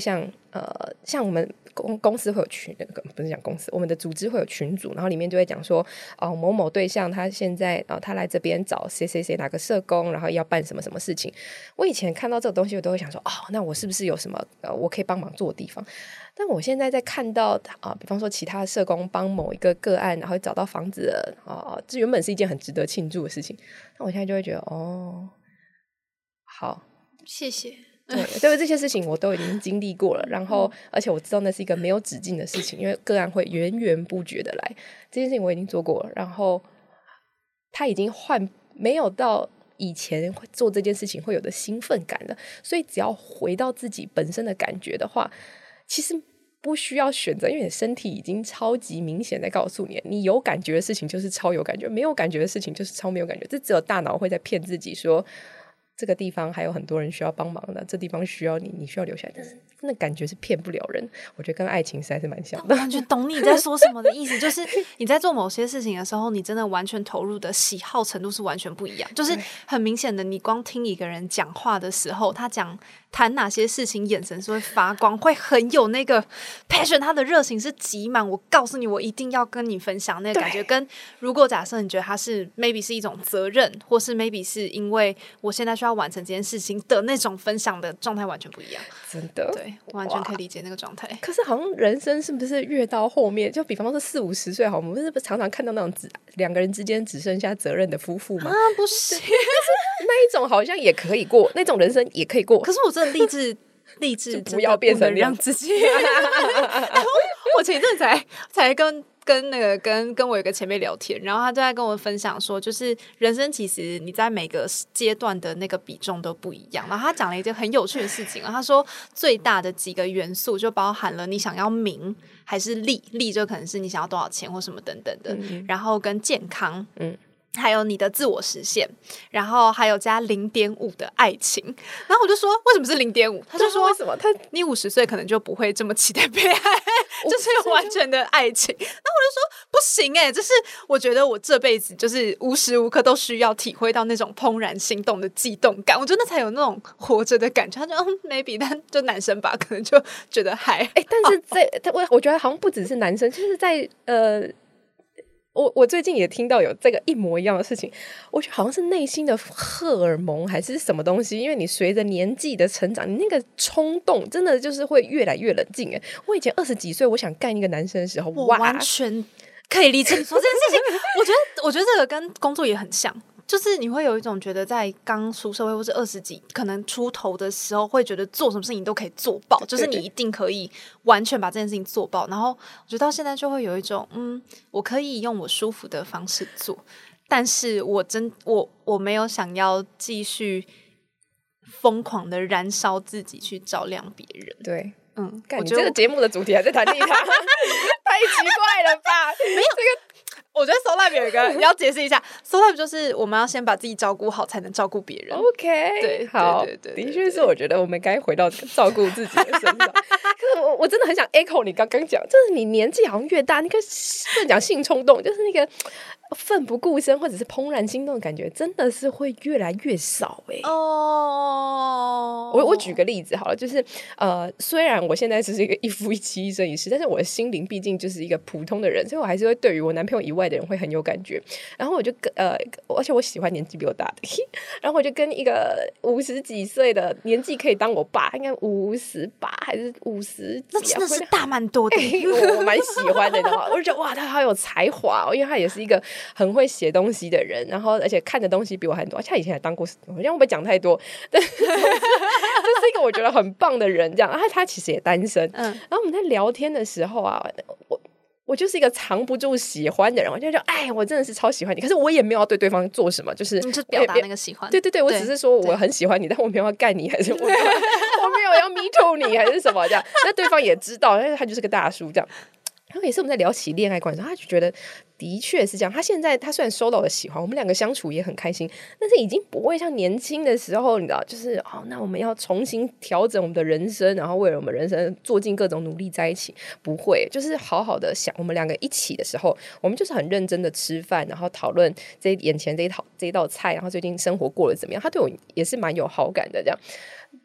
呃，像我们公公司会有群，那个不是讲公司，我们的组织会有群组，然后里面就会讲说，哦，某某对象他现在呃他来这边找谁谁谁哪个社工，然后要办什么什么事情。我以前看到这个东西，我都会想说，哦，那我是不是有什么呃我可以帮忙做的地方？但我现在在看到啊、呃，比方说其他的社工帮某一个个案，然后找到房子了啊、呃，这原本是一件很值得庆祝的事情，那我现在就会觉得，哦，好， 谢谢。 对，对，这些事情我都已经经历过了，然后而且我知道那是一个没有止境的事情，因为个案会源源不绝的来，这件事情我已经做过了，然后他已经换没有到以前做这件事情会有的兴奋感了，所以只要回到自己本身的感觉的话，其实不需要选择，因为你身体已经超级明显在告诉你，你有感觉的事情就是超有感觉，没有感觉的事情就是超没有感觉，这只有大脑会在骗自己说这个地方还有很多人需要帮忙的，这地方需要你，你需要留下来，但是那感觉是骗不了人。我觉得跟爱情实在是蛮像的。 我完全懂你在说什么的意思，就是你在做某些事情的时候，你真的完全投入的喜好程度是完全不一样。就是很明显的，你光听一个人讲话的时候，他讲谈哪些事情，眼神是会发光，会很有那个 passion， 他的热情是极满。我告诉你，我一定要跟你分享那个感觉。跟如果假设你觉得他是 maybe 是一种责任，或是 maybe 是因为我现在需要完成这件事情的那种分享的状态完全不一样。 真的， 对，完全可以理解那个状态。 可是好像人生是不是越到后面，就比方说四五十岁，好，我们是不是常常看到那种只两个人之间只剩下责任的夫妇吗？ 啊，不行， 那一种好像也可以过，那种人生也可以过。 可是我真的励志，励志不要变成让自己。我前一阵才才跟。跟那个跟跟我有个前辈聊天，然后他就在跟我分享说，就是人生其实你在每个阶段的那个比重都不一样。然后他讲了一件很有趣的事情，他说最大的几个元素就包含了你想要名还是利，利就可能是你想要多少钱或什么等等的，嗯、然后跟健康，嗯。还有你的自我实现，然后还有加零点五的爱情。然后我就说为什么是零点五？他就说为什么他你五十岁可能就不会这么期待被爱，就是有完全的爱情。然后我就说不行哎、欸，就是我觉得我这辈子就是无时无刻都需要体会到那种怦然心动的悸动感，我觉得那才有那种活着的感觉。他就、嗯、maybe 但就男生吧，可能就觉得还哎、欸，但是在我我觉得好像不只是男生，就是在呃。我我最近也听到有这个一模一样的事情，我觉得好像是内心的荷尔蒙还是什么东西，因为你随着年纪的成长，你那个冲动真的就是会越来越冷静。哎，我以前二十几岁，我想干一个男生的时候， 我完全可以理解你说这件事情。我觉得，我觉得这个跟工作也很像。就是你会有一种觉得在刚出社会或是二十几可能出头的时候，会觉得做什么事情都可以做爆，就是你一定可以完全把这件事情做爆。然后我觉得到现在就会有一种嗯，我可以用我舒服的方式做，但是我真我我没有想要继续疯狂的燃烧自己去照亮别人。 对， 嗯， 我觉得这个节目的主题还在谈利他，太奇怪了吧？ 没有这个。我觉得 So Life 有一个你要解释一下 So Life 就是我们要先把自己照顾好才能照顾别人。 OK， 对， 好， 对对对对对， 的确是我觉得我们该回到照顾自己的身上。可是我我真的很想 echo 你刚刚讲，就是你年纪好像越大，你可以不能讲性冲动，就是那个奋不顾身或者是怦然心动的感觉真的是会越来越少。哎、欸， 哦、 oh ，我我举个例子好了，就是呃，虽然我现在是一个一夫一妻一生一世，但是我的心灵毕竟就是一个普通的人，所以我还是会对于我男朋友以外的人会很有感觉。然后我就跟呃，而且我喜欢年纪比我大的，然后我就跟一个五十几岁的年纪可以当我爸，应该五十八还是五十几、啊， 那真的是大蛮多的。 欸、我我蛮喜欢的，然后我就觉得哇，他好有才华哦，因为他也是一个很会写东西的人，然后而且看的东西比我很多，而且他以前还当过，好像会不会讲太多？但是这是一个我觉得很棒的人，这样。他他其实也单身，嗯，然后我们在聊天的时候啊，我我就是一个藏不住喜欢的人，我就说，哎，我真的是超喜欢你，可是我也没有要对对方做什么，就是你就表达那个喜欢。 对对对，我只是说我很喜欢你，但我没有要干你，还是我没有我没有要 me too 你，还是什么这样。那对方也知道，但是他就是个大叔这样。然后也是我们在聊起恋爱观的时候，他就觉得的确是这样。他现在他虽然收到了喜欢，我们两个相处也很开心，但是已经不会像年轻的时候，你知道，就是哦，那我们要重新调整我们的人生，然后为了我们人生做尽各种努力在一起，不会，就是好好的想，我们两个一起的时候，我们就是很认真的吃饭，然后讨论这眼前这一道这一道菜，然后最近生活过得怎么样。他对我也是蛮有好感的这样。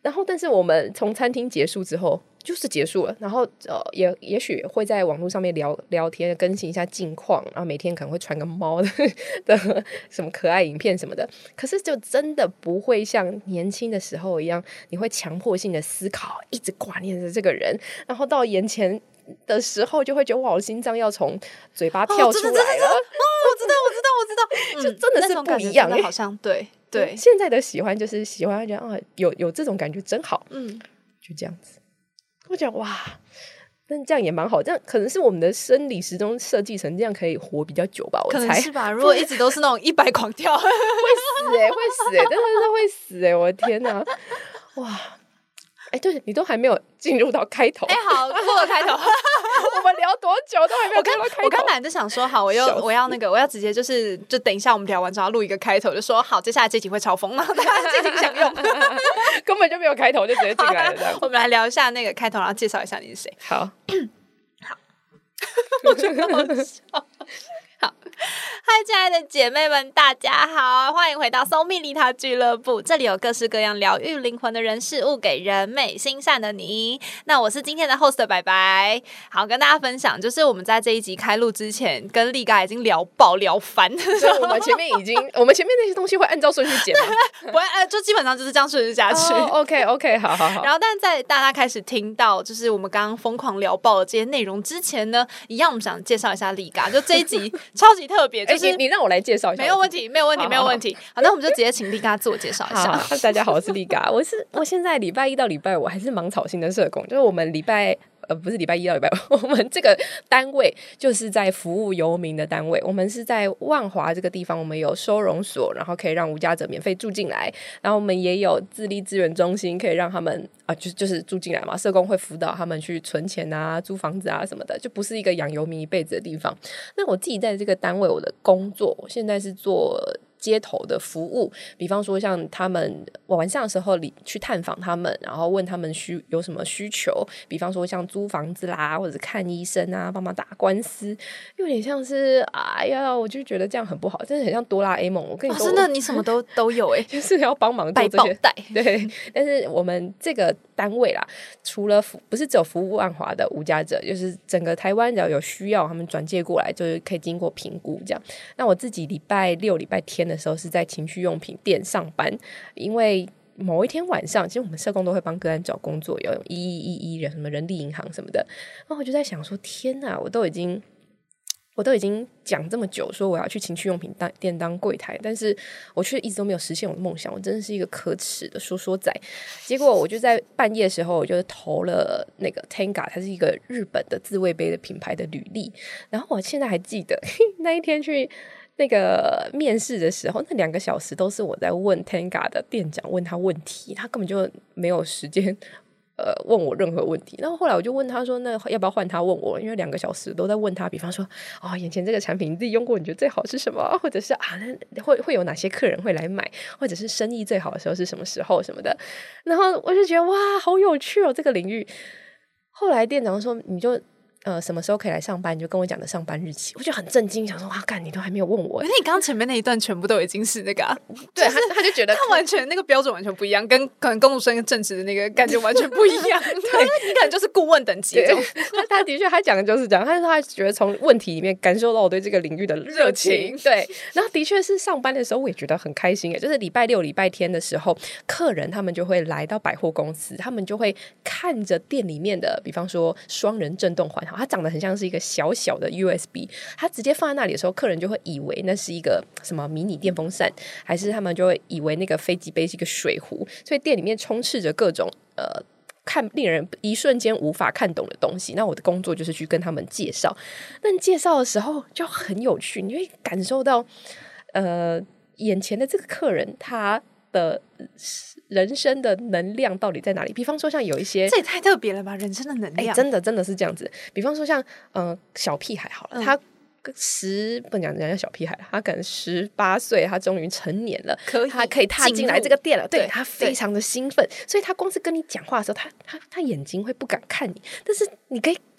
然后但是我们从餐厅结束之后就是结束了，然后呃也也许会在网络上面聊聊天，更新一下近况，然后每天可能会传个猫的的什么可爱影片什么的，可是就真的不会像年轻的时候一样，你会强迫性的思考，一直挂念着这个人，然后到眼前的时候就会觉得哇，我心脏要从嘴巴跳出来了。 哦，我知道，我知道，我知道， 就真的是不一样。 好像对对， 现在的喜欢就是喜欢觉得啊，有有这种感觉真好，嗯，就这样子。我讲哇，但这样也蛮好，这样可能是我们的生理时钟设计成这样，可以活比较久吧？我猜可能是吧。如果一直都是那种一百狂跳，会死哎、欸，会死哎、欸，真的是会死哎、欸！我的天哪，哇！哎、欸，对，你都还没有进入到开头。 哎、欸，好，过了开头， 我们聊多久都还没有进入到开头。 我刚本来就想说，好，我要我要那个，我要直接就是就等一下我们聊完之后录一个开头，就说好，接下来这集会超疯，然后大家尽情享用， 根本就没有开头就直接进来了。 我们来聊一下那个开头，然后介绍一下你是谁。 好， 好，我觉得好笑。好，嗨，亲爱的姐妹们，大家好，欢迎回到搜蜜利他俱乐部。这里有各式各样疗愈灵魂的人事物，给人美心善的你。那我是今天的 host 白白。好，跟大家分享，就是我们在这一集开录之前，跟丽嘎已经聊爆聊翻， 所以我们前面已经，我们前面那些东西会按照顺序剪吗？ 不会，呃，就基本上就是这样顺序下去。 Oh, OK OK， 好好好。 然后，但在大家开始听到就是我们刚刚疯狂聊爆的这些内容之前呢，一样我们想介绍一下丽嘎，就这一集超级特别，就是、 欸、你, 你让我来介绍一下， 没有问题，没有问题，没有问题。好, 好, 好，那我们就直接请丽嘎自我介绍一下。 好，大家好，我是丽嘎，我是我现在礼拜一到礼拜五还是芒草星的社工，就是我们礼拜。呃，不是礼拜一到礼拜五，我们这个单位就是在服务游民的单位。我们是在万华这个地方，我们有收容所，然后可以让无家者免费住进来。然后我们也有自立资源中心，可以让他们啊、呃，就就是住进来嘛。社工会辅导他们去存钱啊、租房子啊什么的，就不是一个养游民一辈子的地方。那我自己在这个单位，我的工作，我现在是做街头的服务，比方说像他们晚上的时候去探访他们，然后问他们需有什么需求，比方说像租房子啦，或者看医生啊，帮忙打官司，有点像是哎呀，我就觉得这样很不好，真的很像哆啦 A 梦。我跟你说， 真的你什么都都有哎、欸， 就是要帮忙做这些带对。但是我们这个单位啦，除了不是只有服务万华的无家者，就是整个台湾只要有需要，他们转介过来，就是可以经过评估这样。那我自己礼拜六、礼拜天的时候是在情趣用品店上班，因为某一天晚上，其实我们社工都会帮个案找工作，有一一一一人什么人力银行什么的。然后我就在想说，天哪，我都已经。我都已经讲这么久说我要去情趣用品店当柜台，但是我却一直都没有实现我的梦想，我真的是一个可耻的说说仔。结果我就在半夜的时候，我就投了那个 Tenga， 它是一个日本的自慰杯的品牌的履历。然后我现在还记得那一天去那个面试的时候，那两个小时都是我在问 Tenga 的店长问他问题，他根本就没有时间呃，问我任何问题。然后后来我就问他说，那要不要换他问我，因为两个小时都在问他，比方说哦，眼前这个产品你自己用过，你觉得最好是什么，或者是啊，会会有哪些客人会来买，或者是生意最好的时候是什么时候什么的。然后我就觉得哇，好有趣哦，这个领域。后来店长说，你就呃，什么时候可以来上班，你就跟我讲的上班日期。我就很震惊，想说哇，干，你都还没有问我。 因为你刚刚前面那一段全部都已经是那个、啊， 对、就是、他他就觉得他完全那个标准完全不一样，跟可能公务生跟正职的那个感觉完全不一样。对，你可能就是顾问等级。 他他的确他讲的就是这样，他说他觉得从问题里面感受到我对这个领域的热情。对，然后的确是上班的时候我也觉得很开心，就是礼拜六礼拜天的时候，客人他们就会来到百货公司，他们就会看着店里面的比方说双人震动环，它长得很像是一个小小的 U S B， 它直接放在那里的时候，客人就会以为那是一个什么迷你电风扇，还是他们就会以为那个飞机杯是一个水壶，所以店里面充斥着各种呃看令人一瞬间无法看懂的东西。那我的工作就是去跟他们介绍，但介绍的时候就很有趣，你会感受到呃眼前的这个客人他的人生的能量到底在哪里。比方说像有一些， 这也太特别了吧，人生的能量、 欸、真的真的是这样子。比方说像呃小屁孩好了、嗯、他十不讲人家小屁孩，他可能十八岁，他终于成年了， 可以他可以踏进来这个店了，对， 对， 他非常的兴奋，所以他光是跟你讲话的时候，他他他眼睛会不敢看你，但是你可以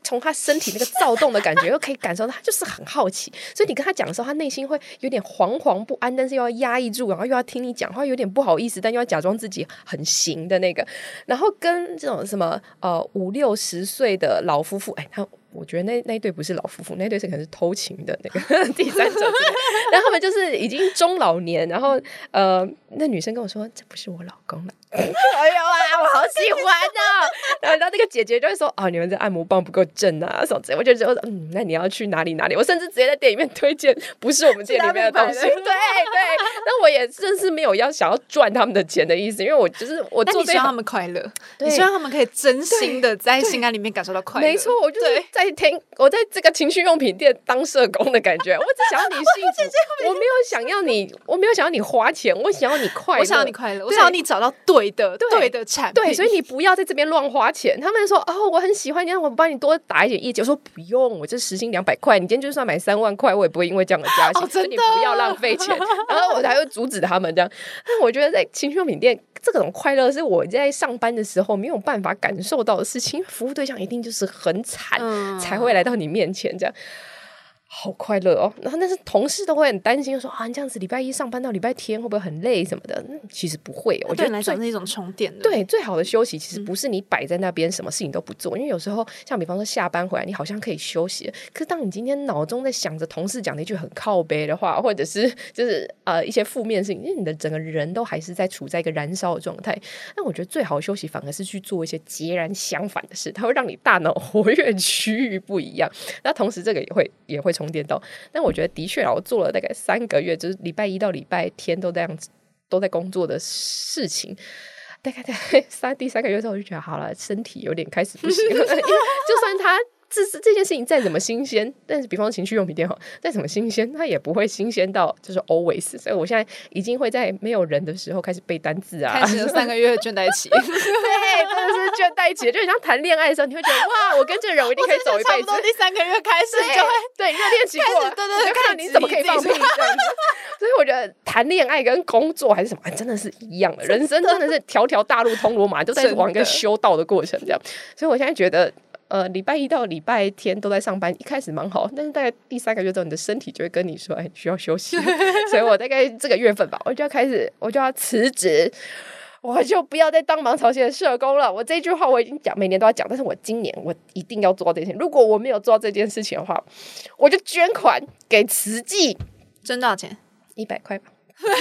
从他身体那个躁动的感觉又可以感受到他就是很好奇，所以你跟他讲的时候他内心会有点惶惶不安，但是又要压抑住，然后又要听你讲话，有点不好意思，但又要假装自己很行的那个。然后跟这种什么呃五六十岁的老夫妇，哎，他我觉得那那一对不是老夫妇，那一对是可能是偷情的那个第三者之类，然后他们就是已经中老年，然后呃，那女生跟我说这不是我老公了，哎呦啊，我好喜欢哦。然后那个姐姐就会说哦，你们这按摩棒不够正啊什么之类，我就觉得嗯，那你要去哪里哪里，我甚至直接在店里面推荐不是我们店里面的东西，对对。但我也真是没有要想要赚他们的钱的意思，因为我就是我做这，但你希望他们快乐，你希望他们可以真心的在性爱里面感受到快乐。 没错，我就是在听我在这个情趣用品店当社工的感觉，我只想要你幸福，我没有想要你，我没有想要你花钱，我想要你快乐， 我想要你快乐，我想要你找到对的 对, 对的产品， 对，所以你不要在这边乱花钱。他们说哦，我很喜欢你，让我帮你多打一点业绩。我说不用，我这时薪两百块，你今天就算买三万块，我也不会因为这样的加薪， 哦、 所以你不要浪费钱。然后我才会阻止他们这样。但我觉得在情趣用品店，这种快乐是我在上班的时候没有办法感受到的事情。服务对象一定就是很惨、嗯、才会来到你面前，这样好快乐哦。然后但是同事都会很担心说啊，你这样子礼拜一上班到礼拜天会不会很累什么的？其实不会，我觉得对你来讲是一种充电的。 对，最好的休息其实不是你摆在那边什么事情都不做、嗯、因为有时候像比方说下班回来你好像可以休息，可是当你今天脑中在想着同事讲的一句很靠北的话，或者是就是呃一些负面事情，因为你的整个人都还是在处在一个燃烧的状态。那我觉得最好的休息反而是去做一些截然相反的事，它会让你大脑活跃区域不一样，那同时这个也会也会充电到。但我觉得的确啊，我做了大概三个月，就是礼拜一到礼拜天都这样子都在工作的事情，大概在三第三个月之后我就觉得好了，身体有点开始不行了。因为就算他这这件事情再怎么新鲜，但是比方说情趣用品店再怎么新鲜，它也不会新鲜到就是 always。 所以我现在已经会在没有人的时候开始背单字啊， 开始有三个月倦怠期。 对，真的是倦怠期，就很像谈恋爱的时候，你会觉得哇，我跟这个人我一定可以走一辈子。 差不多第三个月开始就会对热恋期过了， 对对对， 看你怎么可以放屁这样子。所以我觉得谈恋爱跟工作还是什么，真的是一样的，人生真的是条条大路通罗马，都在往一个修道的过程这样。所以我现在觉得呃，礼拜一到礼拜天都在上班，一开始蛮好，但是大概第三个月之后，你的身体就会跟你说，哎，需要休息。所以我大概这个月份吧，我就要开始，我就要辞职，我就不要再当芒草线的社工了。我这句话我已经讲，每年都要讲，但是我今年我一定要做到这件事情。如果我没有做到这件事情的话，我就捐款给慈济。 捐多少钱？ 一百块吧。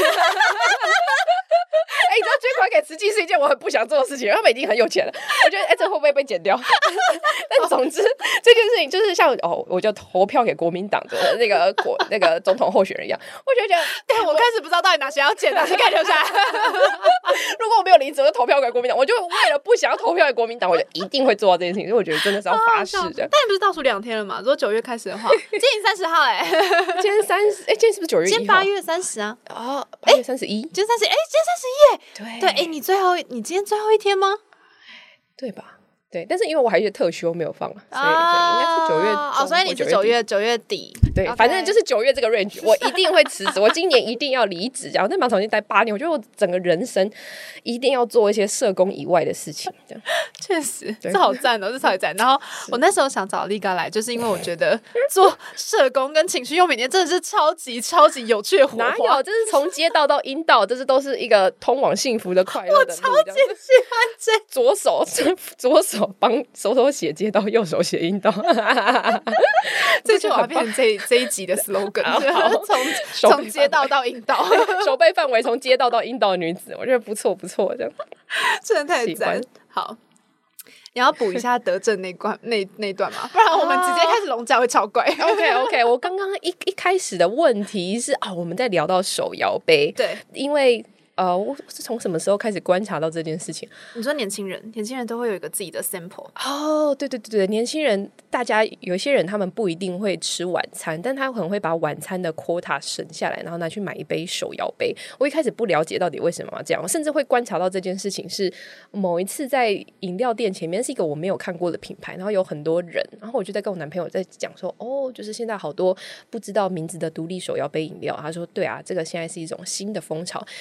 哎、欸，你知道捐款给慈济是一件我很不想做的事情，他们已经很有钱了。我觉得，哎、欸，这会不会被剪掉？但总之，这件事情就是像哦，我就投票给国民党的那个国那个总统候选人一样，我就觉得， 对我开始不知道到底哪些要剪，哪些该留下来。 如果我没有离职，我就投票给国民党。我就为了不想要投票给国民党，我就一定会做到这件事情。因为我觉得真的是要发誓的。 但你不是倒数两天了吗？如果九月开始的话，今天三十号、欸，哎， 今天三十，哎，今天是不是九月一号？ 今天八月三十啊。 哦，八月三十一， 今天三十，哎，今天三十一，哎， 对对，哎，你最后，你今天最后一天吗？ 对吧？对，但是因为我还有一些特休没有放，所以、啊、应该是九月哦，所以你是九月九月底， 对， okay. 反正就是九月这个 range， 我一定会辞职，我今年一定要离职，然后在芒草已经待八年，我觉得我整个人生一定要做一些社工以外的事情，这样确实，这好赞哦，这超级赞。然后我那时候想找丽嘎来，就是因为我觉得做社工跟情绪用品店真的是超级超级有趣的火花。 哪有？这是从街道到阴道，这是都是一个通往幸福的快乐的路。 我超级喜欢这左手左手帮手手写街道，右手写阴道。 这句话变成这这一集的 slogan， 从从街道到阴道， 手背范围从街道到阴道的女子，我觉得不错不错，这样真的太赞。好，你要补一下德政那段那那段吗？不然我们直接开始龙角会超怪。 OK OK， 我刚刚一一开始的问题是啊、哦，我们在聊到手摇杯， 对， 因为。呃，我是从什么时候开始观察到这件事情？ 你说年轻人，年轻人都会有一个自己的 sample。 哦，对对对对，年轻人，大家有些人他们不一定会吃晚餐，但他可能会把晚餐的 quota 省下来，然后拿去买一杯手摇杯。我一开始不了解到底为什么要这样，我甚至会观察到这件事情是某一次在饮料店前面是一个我没有看过的品牌，然后有很多人，然后我就在跟我男朋友在讲说，哦，就是现在好多不知道名字的独立手摇杯饮料。他说，对啊，这个现在是一种新的风潮，现在大家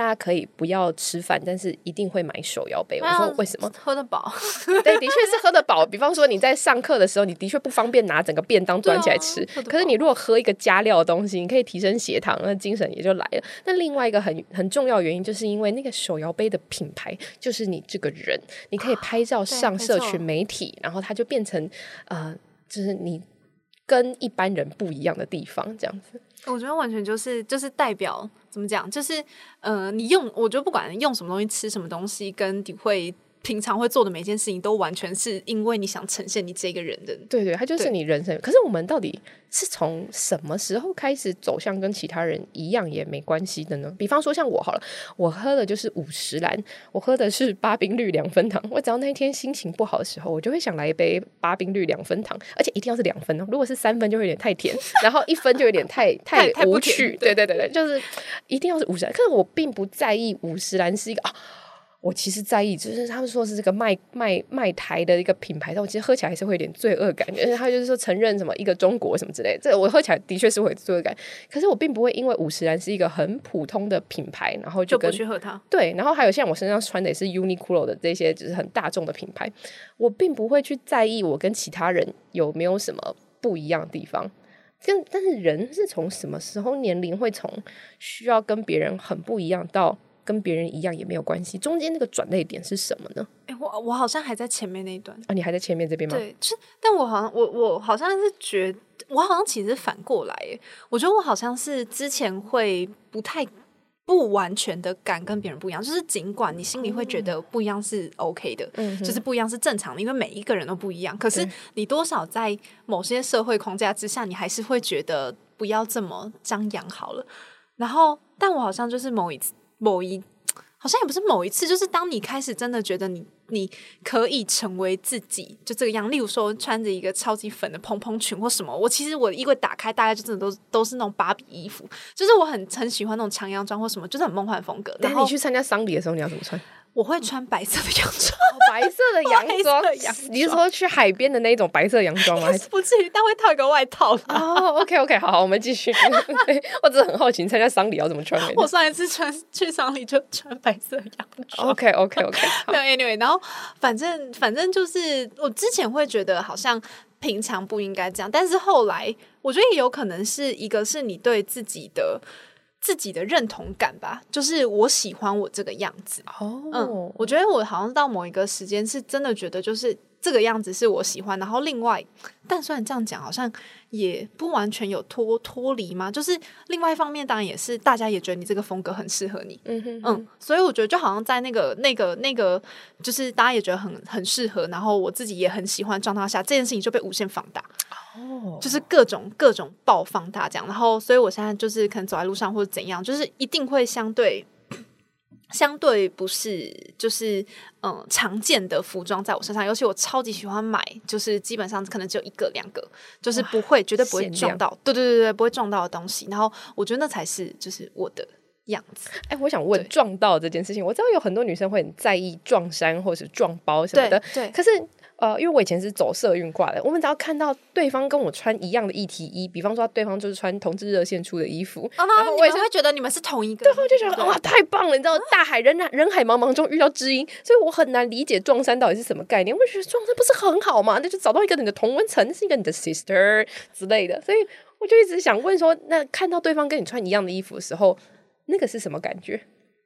家可以不要吃饭，但是一定会买手摇杯。我说为什么？ 喝得饱。 对，的确是喝得饱。比方说你在上课的时候，你的确不方便拿整个便当端起来吃，啊、可是你如果喝一个加料的东西，你可以提升血糖，那精神也就来了。那另外一个很很重要的原因，就是因为那个手摇杯的品牌就是你这个人，你可以拍照上社群媒体，然后它就变成呃，就是你跟一般人不一样的地方，这样子。 我觉得完全就是就是代表怎么讲，就是呃，你用我觉得不管用什么东西吃什么东西，跟你会平常会做的每件事情，都完全是因为你想呈现你这个人的。 对对，它就是你人生。可是我们到底是从什么时候开始走向跟其他人一样也没关系的呢？比方说像我好了，我喝的就是五十兰，我喝的是八冰绿两分糖。我只要那一天心情不好的时候，我就会想来一杯八冰绿两分糖，而且一定要是两分哦。如果是三分就会有点太甜，然后一分就有点太太无趣。对对对对，就是一定要是五十兰。可是我并不在意五十兰是一个啊。我其实在意，就是他们说是这个卖卖卖台的一个品牌，但我其实喝起来还是会有点罪恶感，因为他就是说承认什么一个中国什么之类的，这我喝起来的确是会有罪恶感。可是我并不会因为五十兰是一个很普通的品牌，然后就跟就不去喝它。对， 然后还有像我身上穿的也是 Uniqlo 的这些，就是很大众的品牌，我并不会去在意我跟其他人有没有什么不一样的地方。但是人是从什么时候年龄会从需要跟别人很不一样到跟别人一样也没有关系，中间那个转捩点是什么呢？ 欸、我我好像还在前面那一段啊，你还在前面这边吗？ 对，就是，但我好像我我好像是觉得，我好像其实反过来耶，我觉得我好像是之前会不太不完全的敢跟别人不一样，就是尽管你心里会觉得不一样是 OK 的，嗯，就是不一样是正常的，因为每一个人都不一样，可是你多少在某些社会框架之下，你还是会觉得不要这么张扬好了。然后，但我好像就是某一次。某一好像也不是某一次，就是当你开始真的觉得你你可以成为自己，就这个样。例如说穿着一个超级粉的蓬蓬裙或什么，我其实我的衣柜打开，大概就真的都都是那种芭比衣服，就是我很很喜欢那种长洋装或什么，就是很梦幻风格。 然后你去参加丧礼的时候，你要怎么穿？ 我会穿白色的洋装， 哦、白色的洋装，你是说去海边的那种白色洋装吗？还是不至于，但会套一个外套啦。 哦 ，OK OK， 好, 好，我们继续。我只是很好奇，你参加丧礼要怎么穿？ 我上一次穿去丧礼就穿白色洋装。 OK OK OK， 没有 anyway， 然后反正反正就是我之前会觉得好像平常不应该这样，但是后来我觉得也有可能是一个是你对自己的。自己的认同感吧，就是我喜欢我这个样子。哦，嗯，我觉得我好像到某一个时间是真的觉得就是这个样子是我喜欢，然后另外，但虽然这样讲好像也不完全有脱脱离嘛，就是另外一方面当然也是大家也觉得你这个风格很适合你。嗯哼哼，嗯，所以我觉得就好像在那个那个那个就是大家也觉得很很适合，然后我自己也很喜欢状态下，这件事情就被无限放大。哦，就是各种各种爆放大这样，然后所以我现在就是可能走在路上或者怎样，就是一定会相对相对不是就是嗯常见的服装在我身上，尤其我超级喜欢买，就是基本上可能只有一个两个，就是不会绝对不会撞到，对对对对，不会撞到的东西，然后我觉得那才是就是我的样子。 哎、欸，我想问撞到这件事情，我知道有很多女生会很在意撞衫或者是撞包什么的， 对，对可是。呃，因为我以前是走社运挂的，我们只要看到对方跟我穿一样的一体衣，比方说对方就是穿同志热线出的衣服， 哦、然后我也会觉得你们是同一个， 对，我就觉得哇，太棒了！你知道，大海人人海茫茫中遇到知音，所以我很难理解撞衫到底是什么概念。我觉得撞衫不是很好吗？那就找到一个你的同温层，是一个你的 sister 之类的。所以我就一直想问说，那看到对方跟你穿一样的衣服的时候，那个是什么感觉？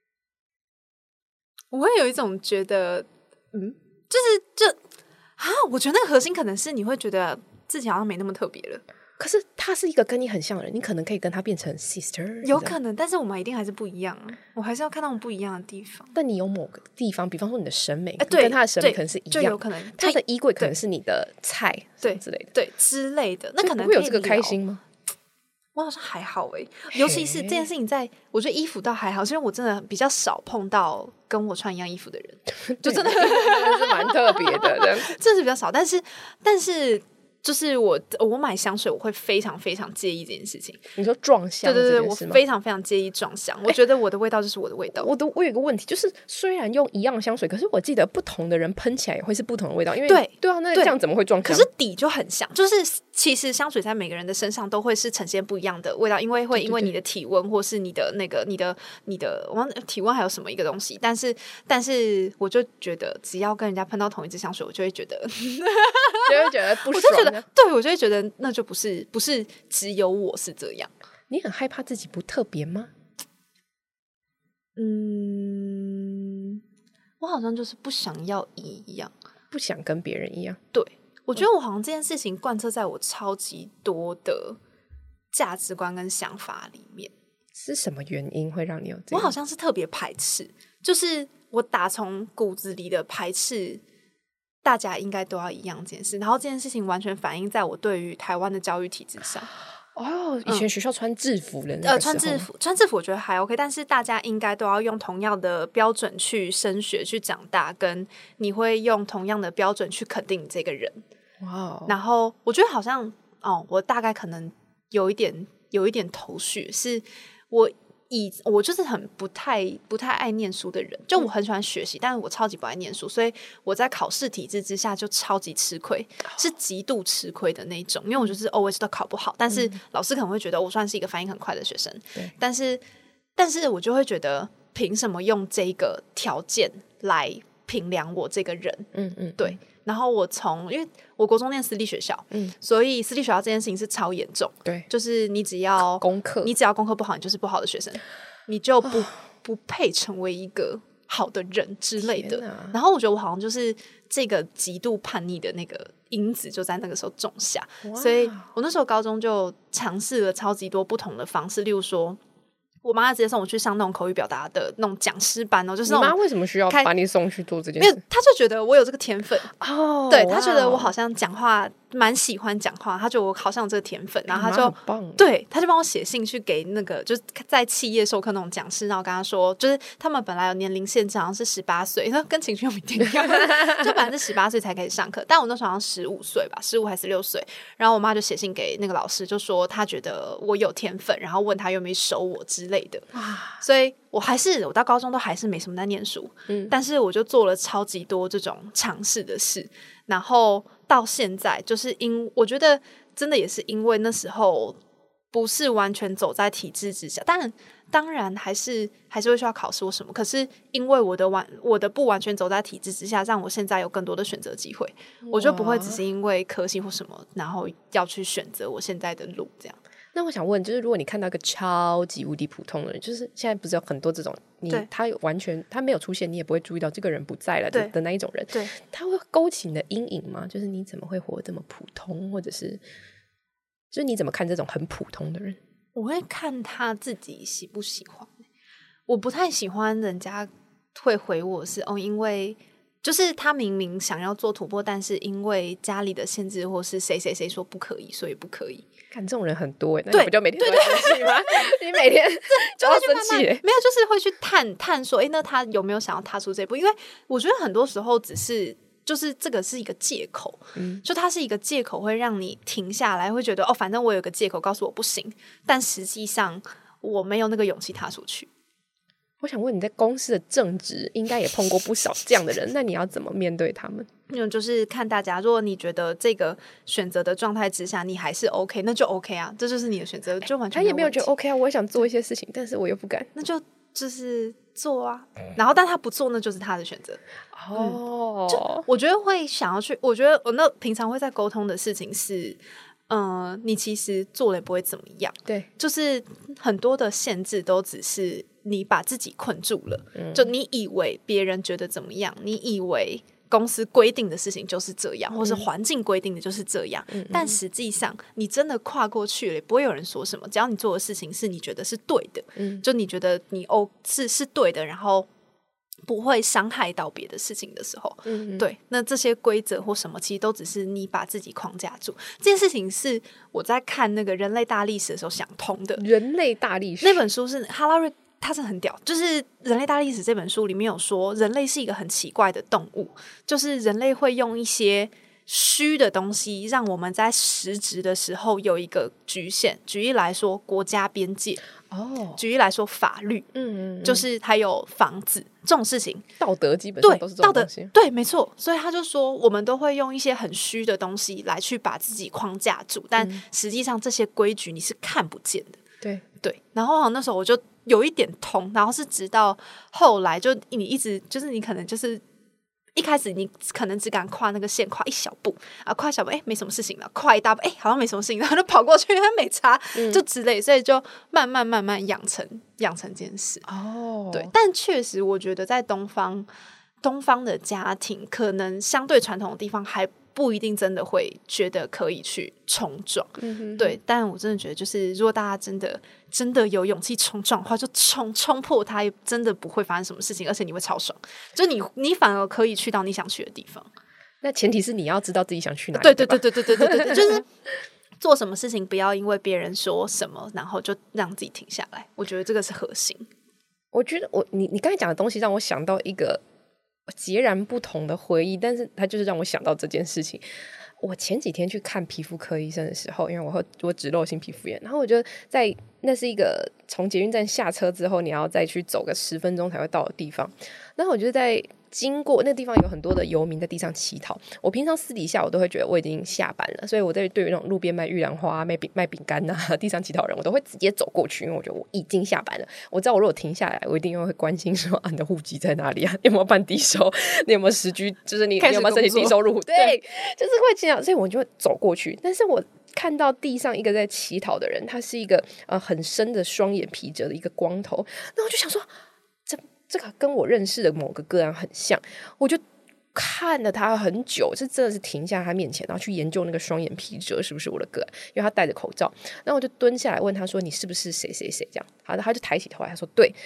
我会有一种觉得，嗯，就是就。啊，我觉得那个核心可能是你会觉得自己好像没那么特别了， 可是他是一个跟你很像的人，你可能可以跟他变成 sister， 有可能，但是我们一定还是不一样，我还是要看到我们不一样的地方。 但你有某个地方，比方说你的审美， 欸、对， 跟他的审美可能是一样， 就有可能他的衣柜可能是你的菜，对之类的， 对之类的，那可能会有这个开心吗？ 我好像还好诶、欸，尤其是这件事情在，在我觉得衣服倒还好，因为我真的比较少碰到跟我穿一样衣服的人，就真的是蛮特别的， 真的是比较少。但是，但是就是我我买香水，我会非常非常介意这件事情。 你说撞香？ 对对对，我非常非常介意撞香。我觉得我的味道就是我的味道。 我都我有一个问题，就是虽然用一样的香水，可是我记得不同的人喷起来也会是不同的味道，因为对对啊，那这样怎么会撞香？ 可是底就很像，就是其实香水在每个人的身上都会是呈现不一样的味道，因为会因为你的体温或是你的那个你的你的我忘了体温还有什么一个东西，但是但是我就觉得只要跟人家喷到同一支香水，我就会觉得就会觉得不爽， 我就觉得对我就会觉得那就不是不是只有我是这样。 你很害怕自己不特别吗？ 嗯，我好像就是不想要一样， 不想跟别人一样。 对，我觉得我好像这件事情贯彻在我超级多的价值观跟想法里面。 是什么原因会让你有这样？ 我好像是特别排斥，就是我打从骨子里的排斥大家应该都要一样这件事，然后这件事情完全反映在我对于台湾的教育体制上。 哦，以前学校穿制服的那个时候、 嗯、呃，穿制服，穿制服我觉得还 OK， 但是大家应该都要用同样的标准去升学、去长大，跟你会用同样的标准去肯定你这个人。 哇、wow ， 然后我觉得好像哦，我大概可能有一点有一点头绪，是我以我就是很不太不太爱念书的人，就我很喜欢学习，嗯、但是我超级不爱念书，所以我在考试体制之下就超级吃亏，是极度吃亏的那种，因为我就是 always 都考不好，但是老师可能会觉得我算是一个反应很快的学生， 对， 但是但是我就会觉得凭什么用这个条件来评量我这个人？ 嗯嗯， 对。然后我从因为我国中念私立学校，嗯，所以私立学校这件事情是超严重， 对， 就是你只要功课， 你只要功课不好，你就是不好的学生，你就不、哦、不配成为一个好的人之类的。然后我觉得我好像就是这个极度叛逆的那个因子就在那个时候种下，所以我那时候高中就尝试了超级多不同的方式，例如说。我妈直接送我去上那种口语表达的那种讲师班哦，就是你妈为什么需要把你送去做这件事？ 没有，她就觉得我有这个天分哦，对，她觉得我好像讲话蛮喜欢讲话，她觉得我好像有这个天分，然后她就对，她就帮我写信去给那个就是在企业授课那种讲师，然后跟她说，就是他们本来有年龄限制，好像是十八岁，跟情趣用品一样，就本来是十八岁才可以上课，但我那时候好像十五岁吧，十五还是十六岁，然后我妈就写信给那个老师，就说她觉得我有天分，然后问她愿不愿意收我之类的，所以我还是我到高中都还是没什么在念书，嗯，但是我就做了超级多这种尝试的事，然后到现在就是因我觉得真的也是因为那时候不是完全走在体制之下，当然当然还是还是会需要考试或什么，可是因为我的完我的不完全走在体制之下，让我现在有更多的选择机会，我就不会只是因为科系或什么然后要去选择我现在的路这样。 那我想问，就是如果你看到一个超级无敌普通的人，就是现在不是有很多这种你他完全他没有出现你也不会注意到这个人不在了 的, 的那一种人， 对， 他会勾起你的阴影吗？就是你怎么会活这么普通，或者是就是你怎么看这种很普通的人？ 我会看他自己喜不喜欢，我不太喜欢人家会回我是哦，因为就是他明明想要做突破，但是因为家里的限制或是谁谁谁说不可以，所以不可以。 看这种人很多耶，那你不就每天都在生气吗？你每天就要生气耶。 没有，就是会去探探说，哎，那他有没有想要踏出这一步？因为我觉得很多时候只是就是这个是一个借口，嗯，就它是一个借口，会让你停下来，会觉得哦，反正我有个借口告诉我不行，但实际上我没有那个勇气踏出去。 我想问你在公司的正职应该也碰过不少这样的人，那你要怎么面对他们？ 那种就是看大家，如果你觉得这个选择的状态之下你还是 OK， 那就 OK 啊，这就是你的选择，就完全没有问题。 他也没有觉得 OK 啊，我也想做一些事情，但是我又不敢， 那就就是做啊，然后但他不做那就是他的选择哦、嗯。 就我觉得会想要去，我觉得我那平常会在沟通的事情是嗯、呃，你其实做了也不会怎么样， 对， 就是很多的限制都只是你把自己困住了、嗯、就你以为别人觉得怎么样，你以为公司规定的事情就是这样、嗯、或是环境规定的就是这样、嗯、但实际上你真的跨过去了也不会有人说什么，只要你做的事情是你觉得是对的、嗯、就你觉得你哦是是对的，然后不会伤害到别的事情的时候、嗯、对，那这些规则或什么其实都只是你把自己框架住。这件事情是我在看那个人类大历史的时候想通的。 人类大历史那本书是哈拉瑞，他是很屌，就是人类大历史这本书里面有说人类是一个很奇怪的动物，就是人类会用一些虚的东西让我们在实质的时候有一个局限。举例来说，国家边界哦， 举例来说，法律， 嗯嗯嗯， 就是还有房子这种事情， 道德基本上对都是这道德种东西。 对，没错。所以他就说，我们都会用一些很虚的东西来去把自己框架住，但实际上这些规矩你是看不见的。 对对，然后好像那时候我就有一点通，然后是直到后来，就你一直就是你可能就是一开始你可能只敢跨那个线，跨一小步啊，跨一小步，哎，没什么事情了；跨一大步，哎，好像没什么事情，然后就跑过去，因为没差， 嗯就之类，所以就慢慢慢慢养成养成这件事。 哦， 对，但确实我觉得在东方东方的家庭，可能相对传统的地方还不一定真的会觉得可以去冲撞。 嗯哼， 对，但我真的觉得，就是如果大家真的真的有勇气冲撞的话，就冲冲破它，真的不会发生什么事情，而且你会超爽，就你你反而可以去到你想去的地方。 那前提是你要知道自己想去哪里。 对对对对对对对对对，就是做什么事情不要因为别人说什么，然后就让自己停下来。我觉得这个是核心。 我觉得我你你刚才讲的东西让我想到一个截然不同的回忆，但是它就是让我想到这件事情。我前几天去看皮肤科医生的时候，因为我我脂漏性皮肤炎，然后我就在那是一个从捷运站下车之后，你要再去走个十分钟才会到的地方。然后我就在经过那个地方，有很多的游民在地上乞讨。我平常私底下我都会觉得我已经下班了，所以我在对于那种路边卖玉兰花、卖饼卖饼干啊、地上乞讨人，我都会直接走过去，因为我觉得我已经下班了。我知道我如果停下来，我一定会关心说啊，你的户籍在哪里啊？你有没有办低收？你有没有时居？就是你你有没有申请低收入户？对，就是会这样，所以我就会走过去。但是我看到地上一个在乞讨的人，他是一个呃很深的双眼皮折的一个光头，那我就想说，这这个跟我认识的某个个案很像，我就看了他很久，是真的是停下他面前，然后去研究那个双眼皮折是不是我的个案，因为他戴着口罩，然后我就蹲下来问他说：“你是不是谁谁谁？”这样，好的，他就抬起头来，他说：“对。”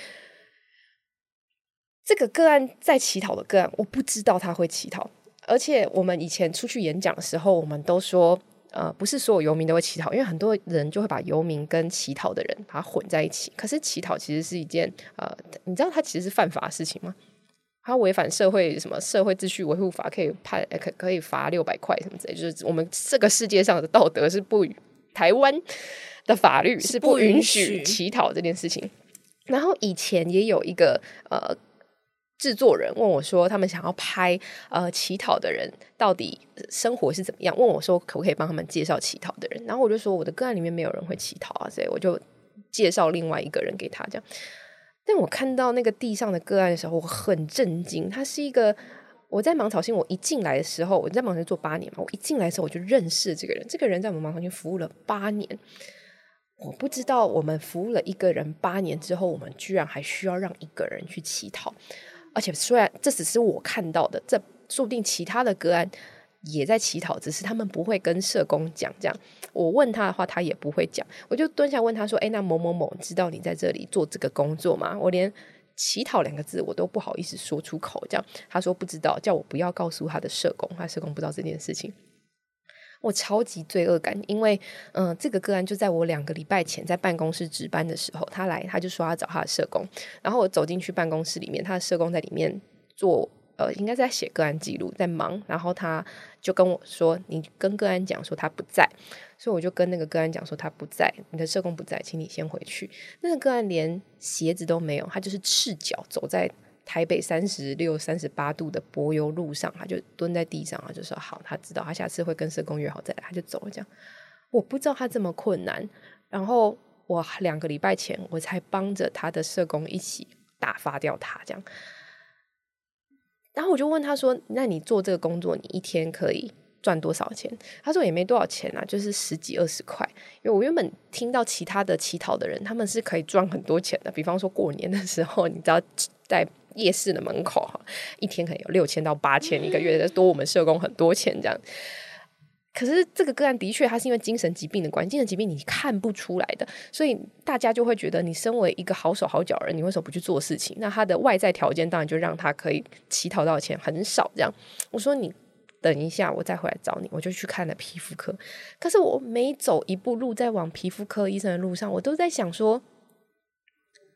这个个案在乞讨的个案，我不知道他会乞讨，而且我们以前出去演讲的时候，我们都说。呃，不是所有游民都会乞讨，因为很多人就会把游民跟乞讨的人把它混在一起。可是乞讨其实是一件呃，你知道它其实是犯法的事情吗？它违反社会什么社会秩序维护法，可以判可可以罚六百块什么之类。就是我们这个世界上的道德是不，台湾的法律是不允许乞讨这件事情。然后以前也有一个呃。制作人问我说他们想要拍呃乞讨的人到底生活是怎么样，问我说可不可以帮他们介绍乞讨的人，然后我就说我的个案里面没有人会乞讨啊，所以我就介绍另外一个人给他这样。但我看到那个地上的个案的时候我很震惊，他是一个我在芒草心我一进来的时候，我在芒草心做八年嘛，我一进来的时候我就认识这个人，这个人在我们芒草心服务了八年，我不知道我们服务了一个人八年之后，我们居然还需要让一个人去乞讨。而且虽然这只是我看到的，这说不定其他的个案也在乞讨，只是他们不会跟社工讲这样。我问他的话他也不会讲，我就蹲下问他说，诶，那某某某知道你在这里做这个工作吗？我连乞讨两个字我都不好意思说出口这样。他说不知道，叫我不要告诉他的社工，他社工不知道这件事情。我超级罪恶感，因为嗯、呃，这个个案就在我两个礼拜前在办公室值班的时候，他来他就说他找他的社工，然后我走进去办公室里面，他的社工在里面做呃，应该在写个案记录，在忙，然后他就跟我说，你跟个案讲说他不在，所以我就跟那个个案讲说他不在，你的社工不在，请你先回去。那个个案连鞋子都没有，他就是赤脚走在台北三十六、三十八度的柏油路上，他就蹲在地上，他就说好，他知道他下次会跟社工约好再来，他就走了这样。我不知道他这么困难，然后我两个礼拜前我才帮着他的社工一起打发掉他这样。然后我就问他说，那你做这个工作你一天可以赚多少钱？他说也没多少钱啊，就是十几二十块。因为我原本听到其他的乞讨的人他们是可以赚很多钱的，比方说过年的时候你知道在夜市的门口一天可能有六千到八千，一个月多我们社工很多钱这样。可是这个个案的确他是因为精神疾病的关系，精神疾病你看不出来的，所以大家就会觉得你身为一个好手好脚人，你为什么不去做事情？那他的外在条件当然就让他可以乞讨到的钱很少这样。我说你等一下我再回来找你，我就去看了皮肤科。可是我每走一步路在往皮肤科医生的路上，我都在想说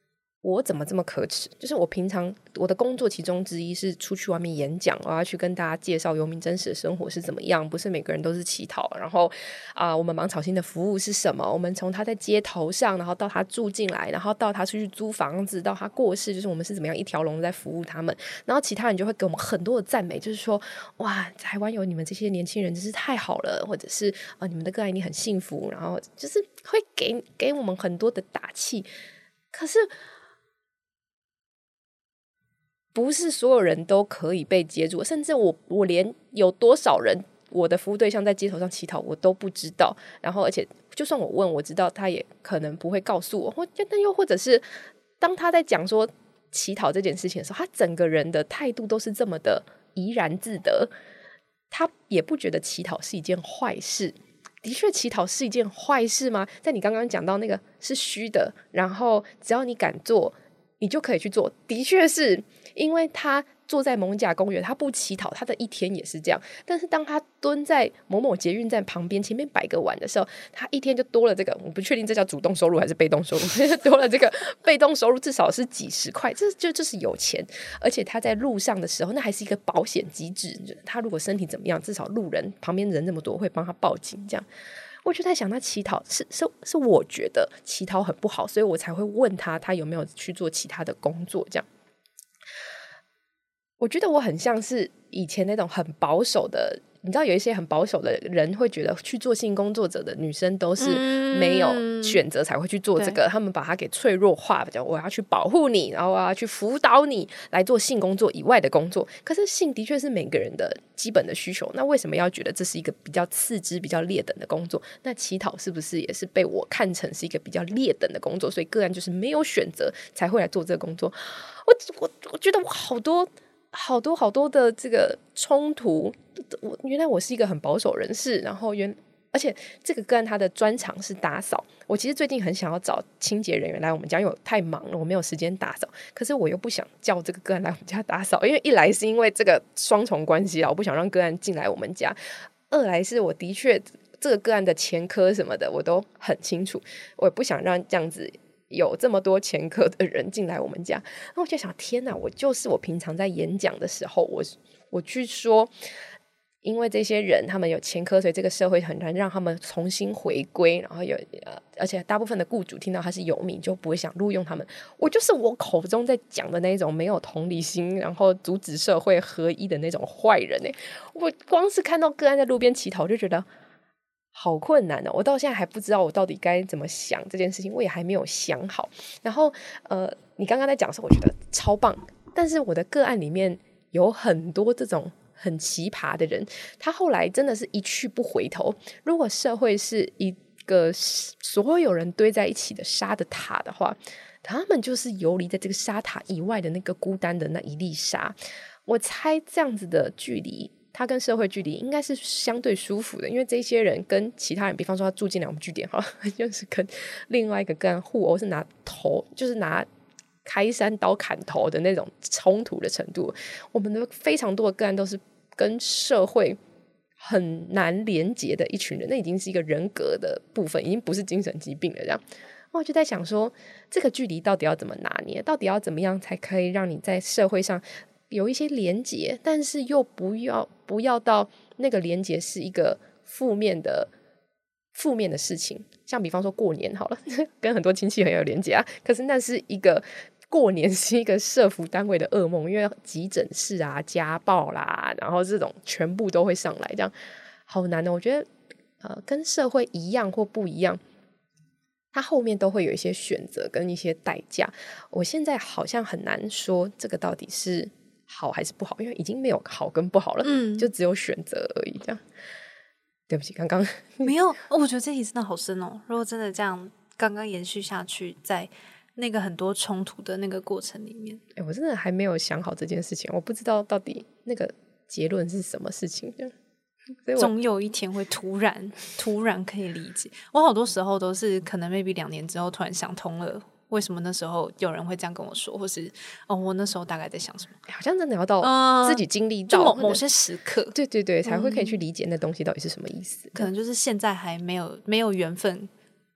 我怎么这么可耻？就是我平常我的工作其中之一是出去外面演讲，我要去跟大家介绍游民真实的生活是怎么样，不是每个人都是乞讨。然后啊、呃，我们芒草心的服务是什么？我们从他在街头上，然后到他住进来，然后到他出去租房子，到他过世，就是我们是怎么样一条龙在服务他们。然后其他人就会给我们很多的赞美，就是说哇，台湾有你们这些年轻人真是太好了，或者是呃你们的个案一定很幸福，然后就是会给给我们很多的打气。可是不是所有人都可以被接住，甚至我我连有多少人我的服务对象在街头上乞讨我都不知道，然后而且就算我问我知道他也可能不会告诉我，或但又或者是当他在讲说乞讨这件事情的时候，他整个人的态度都是这么的怡然自得，他也不觉得乞讨是一件坏事。的确乞讨是一件坏事吗？在你刚刚讲到那个是虚的，然后只要你敢做你就可以去做，的确是因为他坐在艋舺公园，他不乞讨，他的一天也是这样。但是当他蹲在某某捷运站旁边前面摆个碗的时候，他一天就多了这个，我不确定这叫主动收入还是被动收入多了这个被动收入至少是几十块，这就就是有钱。而且他在路上的时候那还是一个保险机制，他如果身体怎么样，至少路人旁边人这么多会帮他报警，这样我就在想，他乞讨是是是，我觉得乞讨很不好，所以我才会问他，他有没有去做其他的工作。这样，我觉得我很像是以前那种很保守的，你知道，有一些很保守的人会觉得去做性工作者的女生都是没有选择才会去做这个，嗯、他们把它给脆弱化，讲我要去保护你，然后我要去辅导你来做性工作以外的工作。可是性的确是每个人的基本的需求，那为什么要觉得这是一个比较次之、比较劣等的工作？那乞讨是不是也是被我看成是一个比较劣等的工作？所以个案就是没有选择才会来做这个工作。我我我觉得我好多。好多好多的这个冲突，我原来我是一个很保守人士，然后原而且这个个案他的专长是打扫，我其实最近很想要找清洁人员来我们家，因为我太忙了，我没有时间打扫，可是我又不想叫这个个案来我们家打扫，因为一来是因为这个双重关系啦，我不想让个案进来我们家，二来是我的确这个个案的前科什么的我都很清楚，我也不想让这样子有这么多前科的人进来我们家。那我就想，天哪，我就是我平常在演讲的时候，我我去说，因为这些人他们有前科，所以这个社会很难让他们重新回归，然后有呃，而且大部分的雇主听到他是游民就不会想录用他们。我就是我口中在讲的那种没有同理心，然后阻止社会合一的那种坏人欸。我光是看到个案在路边乞讨，我就觉得好困难哦！我到现在还不知道我到底该怎么想这件事情，我也还没有想好。然后呃，你刚刚在讲的时候，我觉得超棒，但是我的个案里面有很多这种很奇葩的人，他后来真的是一去不回头。如果社会是一个所有人堆在一起的沙的塔的话，他们就是游离在这个沙塔以外的那个孤单的那一粒沙。我猜这样子的距离，他跟社会距离应该是相对舒服的，因为这些人跟其他人，比方说他住进来我们据点哈，就是跟另外一个跟互殴是拿头，就是拿开山刀砍头的那种冲突的程度。我们的非常多的个案都是跟社会很难连结的一群人，那已经是一个人格的部分，已经不是精神疾病了这样。我就在想说，这个距离到底要怎么拿捏？到底要怎么样才可以让你在社会上有一些连结，但是又不要不要到那个连结是一个负面的负面的事情。像比方说过年好了，跟很多亲戚很有连结啊，可是那是一个过年是一个社福单位的噩梦，因为急诊室啊、家暴啦，然后这种全部都会上来，这样好难哦。我觉得呃，跟社会一样或不一样，它后面都会有一些选择跟一些代价。我现在好像很难说这个到底是好还是不好，因为已经没有好跟不好了，嗯，就只有选择而已。这样，对不起，刚刚没有。我觉得这题真的好深哦。如果真的这样，刚刚延续下去，在那个很多冲突的那个过程里面， 哎，我真的还没有想好这件事情，我不知道到底那个结论是什么事情。 总有一天会突然突然可以理解。我好多时候都是可能 maybe 两年之后突然想通了，为什么那时候有人会这样跟我说，或是哦，我那时候大概在想什么。 好像真的要到自己经历到、 呃、就某某些时刻， 对对对，才会可以去理解那东西到底是什么意思。 可能就是现在还没有没有缘分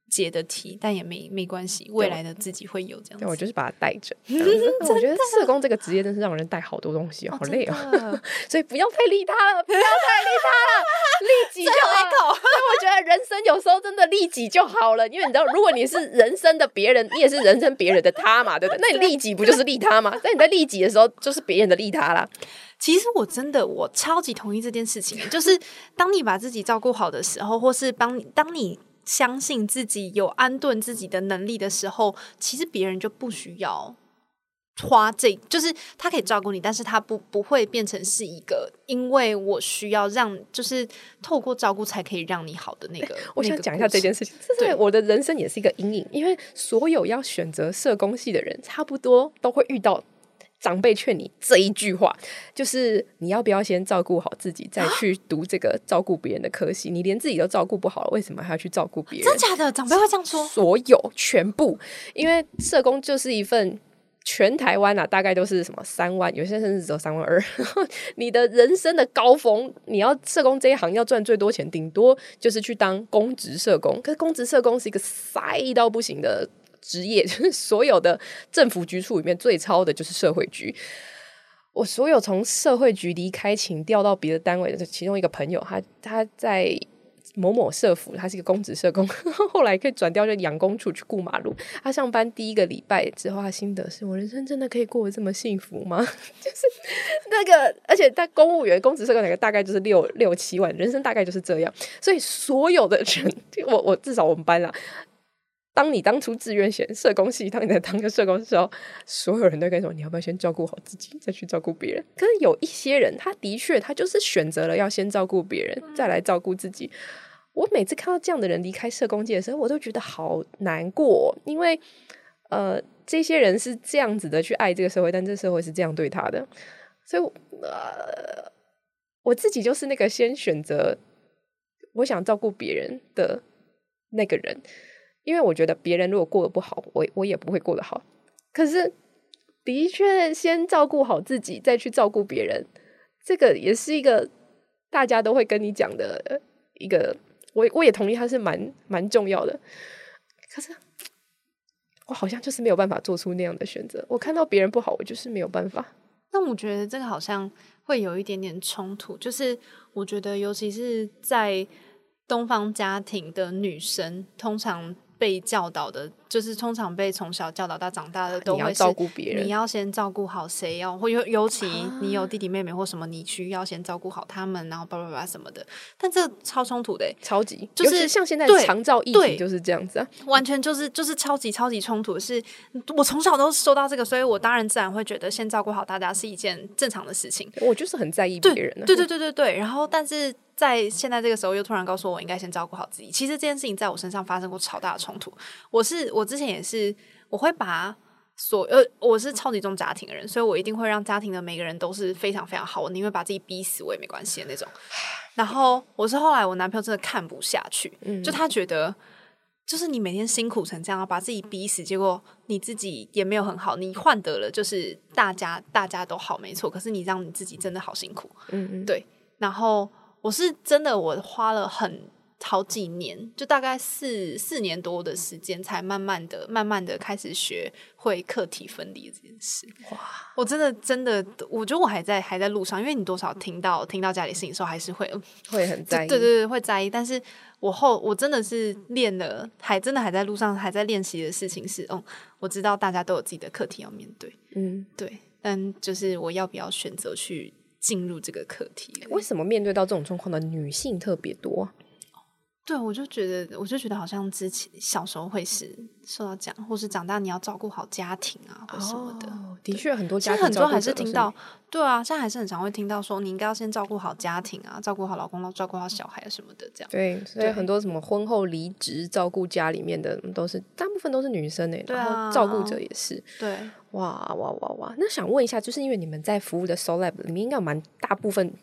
解的题，但也没没关系，未来的自己会有这样子。 我就是把它带着。我觉得社工这个职业真是让人带好多东西，好累哦。所以不要太利他了，不要太利他了，利己就好。所以我觉得人生有时候真的利己就好了，因为你知道，如果你是人生的别人，你也是人生别人的他嘛，对不对？那你利己不就是利他吗？但你在利己的时候，就是别人的利他啦。 其实我真的我超级同意这件事情，就是当你把自己照顾好的时候，或是当你当你相信自己有安顿自己的能力的时候，其实别人就不需要花这，就是他可以照顾你，但是他不不会变成是一个因为我需要让，就是透过照顾才可以让你好的那个。 我想讲一下这件事情，对我的人生也是一个阴影，因为所有要选择社工系的人，差不多都会遇到长辈劝你这一句话，就是你要不要先照顾好自己，再去读这个照顾别人的科系？你连自己都照顾不好了，为什么还要去照顾别人？ 真假的？长辈会这样说？ 所有全部，因为社工就是一份全台湾啊，大概都是什么三万，有些甚至只有三万二。你的人生的高峰，你要社工这一行要赚最多钱，顶多就是去当公职社工。可是公职社工是一个塞到不行的职业，就是所有的政府局处里面最超的就是社会局。我所有从社会局离开请调到别的单位的其中一个朋友，他他在某某社府，他是一个公职社工，后来可以转调到养工处去顾马路。他上班第一个礼拜之后，他心得是：我人生真的可以过得这么幸福吗？就是那个，而且他公务员、公职社工两个大概就是六六七万，人生大概就是这样。所以所有的人，我我至少我们班啦。当你当初志愿选社工系，当你在当个社工的时候，所有人都跟你说你要不要先照顾好自己再去照顾别人。可是有一些人他的确他就是选择了要先照顾别人再来照顾自己。我每次看到这样的人离开社工界的时候，我都觉得好难过，因为呃这些人是这样子的去爱这个社会，但这个社会是这样对他的。所以呃我自己就是那个先选择我想照顾别人的那个人，因为我觉得别人如果过得不好，我我也不会过得好。可是的确先照顾好自己再去照顾别人，这个也是一个大家都会跟你讲的一个，我我也同意它是蛮蛮重要的。可是我好像就是没有办法做出那样的选择，我看到别人不好我就是没有办法。 但我觉得这个好像会有一点点冲突，就是我觉得尤其是在东方家庭的女生，通常被教导的，就是通常被从小教导到长大的，都会是你要照顾别人， 你要先照顾好谁，要或尤尤其你有弟弟妹妹或什么，你需要先照顾好他们，然后叭叭叭什么的。但这超冲突的， 超级就是像现在长照议题就是这样子啊， 完全就是就是超级超级冲突的是，我从小都收到这个，所以我当然自然会觉得先照顾好大家是一件正常的事情。 我就是很在意别人、啊， 对对对对对。然后，但是在现在这个时候，又突然告诉我，我应该先照顾好自己。其实这件事情在我身上发生过超大的冲突。我是我之前也是，我会把所呃，我是超级重家庭的人，所以我一定会让家庭的每个人都是非常非常好，我宁愿把自己逼死我也没关系的那种。然后我是后来我男朋友真的看不下去，嗯、就他觉得。就是你每天辛苦成这样，把自己逼死，结果你自己也没有很好，你换得了就是大家大家都好没错，可是你让你自己真的好辛苦，嗯嗯，对。然后我是真的，我花了很好几年，就大概四四年多的时间，才慢慢的、慢慢的开始学会课题分离这件事。哇！我真的真的，我觉得我还在还在路上，因为你多少听到听到家里事情的时候，还是会会很在意， 对对对，会在意，但是。我后我真的是练了，还真的还在路上，还在练习的事情是，嗯，我知道大家都有自己的课题要面对，嗯，对，但就是我要不要选择去进入这个课题？ 为什么面对到这种状况的女性特别多？ 对，我就觉得，我就觉得好像之前小时候会是受到讲，或是长大你要照顾好家庭啊，或什么的。 哦、的确，很多家庭很多还是听到，对啊，现在还是很常会听到说，你应该要先照顾好家庭啊，照顾好老公，照顾好小孩啊什么的，这样。 对，所以很多什么婚后离职照顾家里面的，都是大部分都是女生诶、欸， 对啊， 然后照顾者也是。 对， 哇哇哇哇！那想问一下，就是因为你们在服务的 Soul Lab 里面，应该有蛮大部分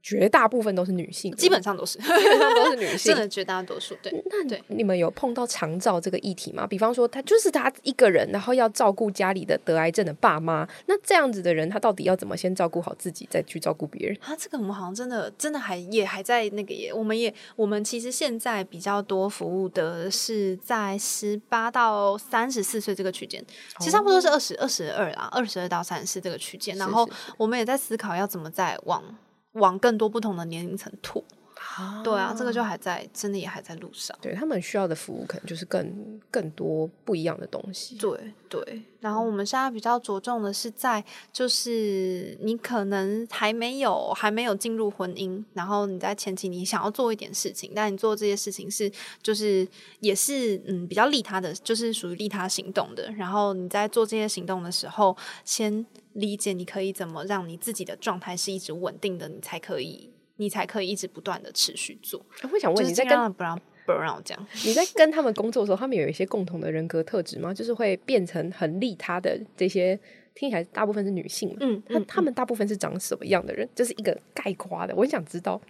绝大部分都是女性， 基本上都是基本上都是女性， 真的绝大多数。对， 那对你们有碰到长照这个议题吗？比方说他就是他一个人，然后要照顾家里的得癌症的爸妈，那这样子的人他到底要怎么先照顾好自己再去照顾别人啊？这个我们好像真的真的还也还在那个也我们也我们其实现在比较多服务的是在十八到三十四岁这个区间，其实差不多是二十二十二啦，二十二到三十四这个区间，然后我们也在思考要怎么再往往更多不同的年龄层拓。啊对啊，这个就还在，真的也还在路上。 对，他们需要的服务可能就是更更多不一样的东西。 对对，然后我们现在比较着重的是在，就是你可能还没有还没有进入婚姻，然后你在前期你想要做一点事情，但你做这些事情是就是也是嗯比较利他的，就是属于利他行动的。然后你在做这些行动的时候，先理解你可以怎么让你自己的状态是一直稳定的，你才可以。你才可以一直不断的持续做。 我想问你在跟不让不让这样， 你在跟他们工作的时候，他们有一些共同的人格特质吗？就是会变成很利他的这些，听起来大部分是女性嘛，嗯，那他们大部分是长什么样的人？就是一个概括的，我很想知道。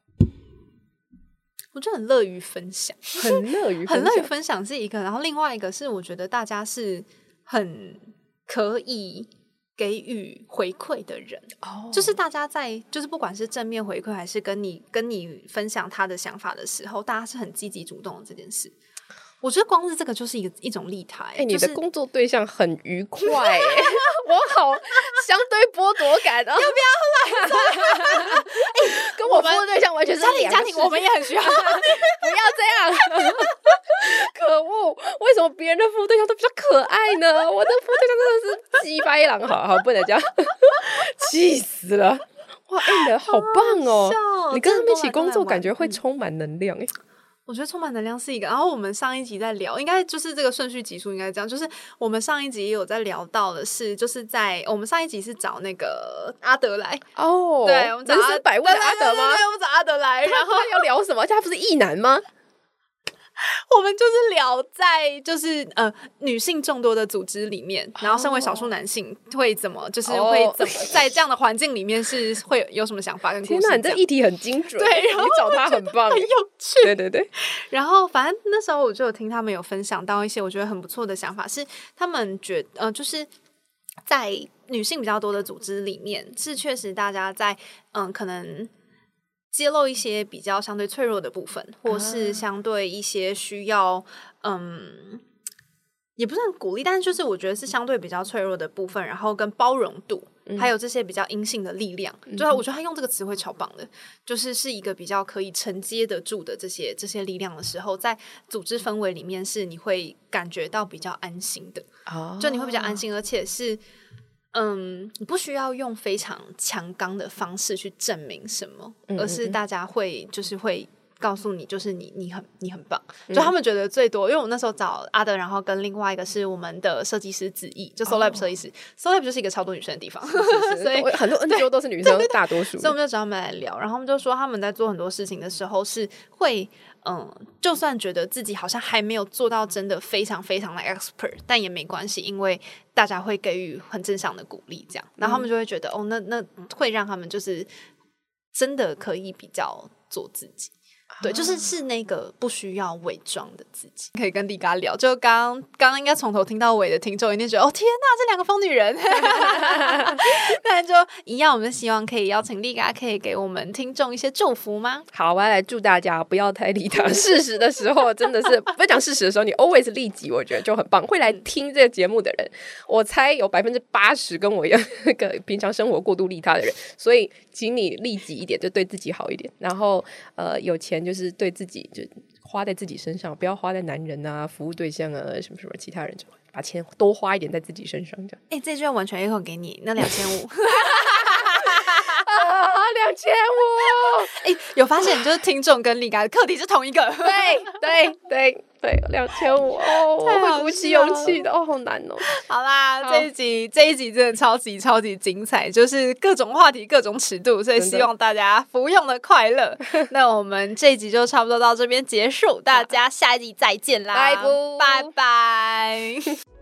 我觉得很乐于分享， 很乐于很乐于分享是一个，然后另外一个是我觉得大家是很可以。给予回馈的人，哦，就是大家在，就是不管是正面回馈还是跟你跟你分享他的想法的时候，大家是很积极主动的这件事。我觉得光是这个就是一个一种利他。哎、 欸，你的工作对象很愉快、欸，我好相对剥夺感啊！要不要来？欸、 跟我服务对象完全是家庭家庭，我们也很需要。不要这样，可恶！为什么别人的服务对象都比较可爱呢？我的服务对象真的是鸡掰狼，好好不能这样，气死了！哇，哎、欸，好棒哦！你跟他们一起工作，感觉会充满能量、欸， 我觉得充满能量是一个，然后我们上一集在聊，应该就是这个顺序集数应该这样，就是我们上一集也有在聊到的是，就是在我们上一集是找那个阿德来哦， 对，我们找人生百味的阿德吗？ 对，我们找阿德来，然后他要聊什么？他不是异男吗？ 我们就是聊在就是呃女性众多的组织里面，然后身为少数男性会怎么就是会怎么在这样的环境里面是会有什么想法跟故事。 天哪，你这议题很精准， 对，然后你找他很棒， 很有趣， 对对对。 然后反正那时候我就有听他们有分享到一些我觉得很不错的想法，是他们觉得呃就是在女性比较多的组织里面，是确实大家在嗯、呃、可能。揭露一些比较相对脆弱的部分，或是相对一些需要嗯，也不算鼓励，但是就是我觉得是相对比较脆弱的部分，然后跟包容度、嗯、还有这些比较阴性的力量、嗯、就我觉得他用这个词汇超棒的，就是是一个比较可以承接得住的这些这些力量的时候，在组织氛围里面是你会感觉到比较安心的、哦、就你会比较安心，而且是嗯，你不需要用非常强刚的方式去证明什么，嗯嗯嗯，而是大家会就是会告诉你，就是你你很你很棒，就他们觉得最多。因为我那时候找阿德，然后跟另外一个是我们的设计师子毅，就 SoLab 设计师、哦、SoLab 就是一个超多女生的地方，是是是所以很多 N G O 都是女生，大多数。 所以我们就找他们来聊，然后他们就说他们在做很多事情的时候是会。嗯，就算觉得自己好像还没有做到真的非常非常的 expert， 但也没关系，因为大家会给予很正向的鼓励，这样，然后他们就会觉得、嗯、哦，那那会让他们就是真的可以比较做自己。对，就是是那个不需要伪装的自己，可以跟丽嘎聊。就刚刚刚应该从头听到尾的听众一定觉得哦天哪，这两个疯女人！但就一样，我们希望可以邀请丽嘎，可以给我们听众一些祝福吗？ 好，我要来祝大家不要太利他。事实的时候，真的是不讲事实的时候，你 always 利己，我觉得就很棒。会来听这个节目的人，我猜有百分之八十跟我一样，那个平常生活过度利他的人，所以请你利己一点，就对自己好一点，然后呃有钱。就是对自己就花在自己身上，不要花在男人啊、服务对象啊、什么什么其他人，就把钱多花一点在自己身上。这样， 哎、欸，这句话完全以后给你那两千五， 两千五。 哎，有发现就是听众跟丽嘎的课题是同一个， 对对对对，两千五哦，我会鼓起勇气的哦，好难哦。 好啦，好这一集这一集真的超级超级精彩，就是各种话题、各种尺度，所以希望大家服用的快乐。那我们这一集就差不多到这边结束，大家下一集再见啦， 拜拜拜拜。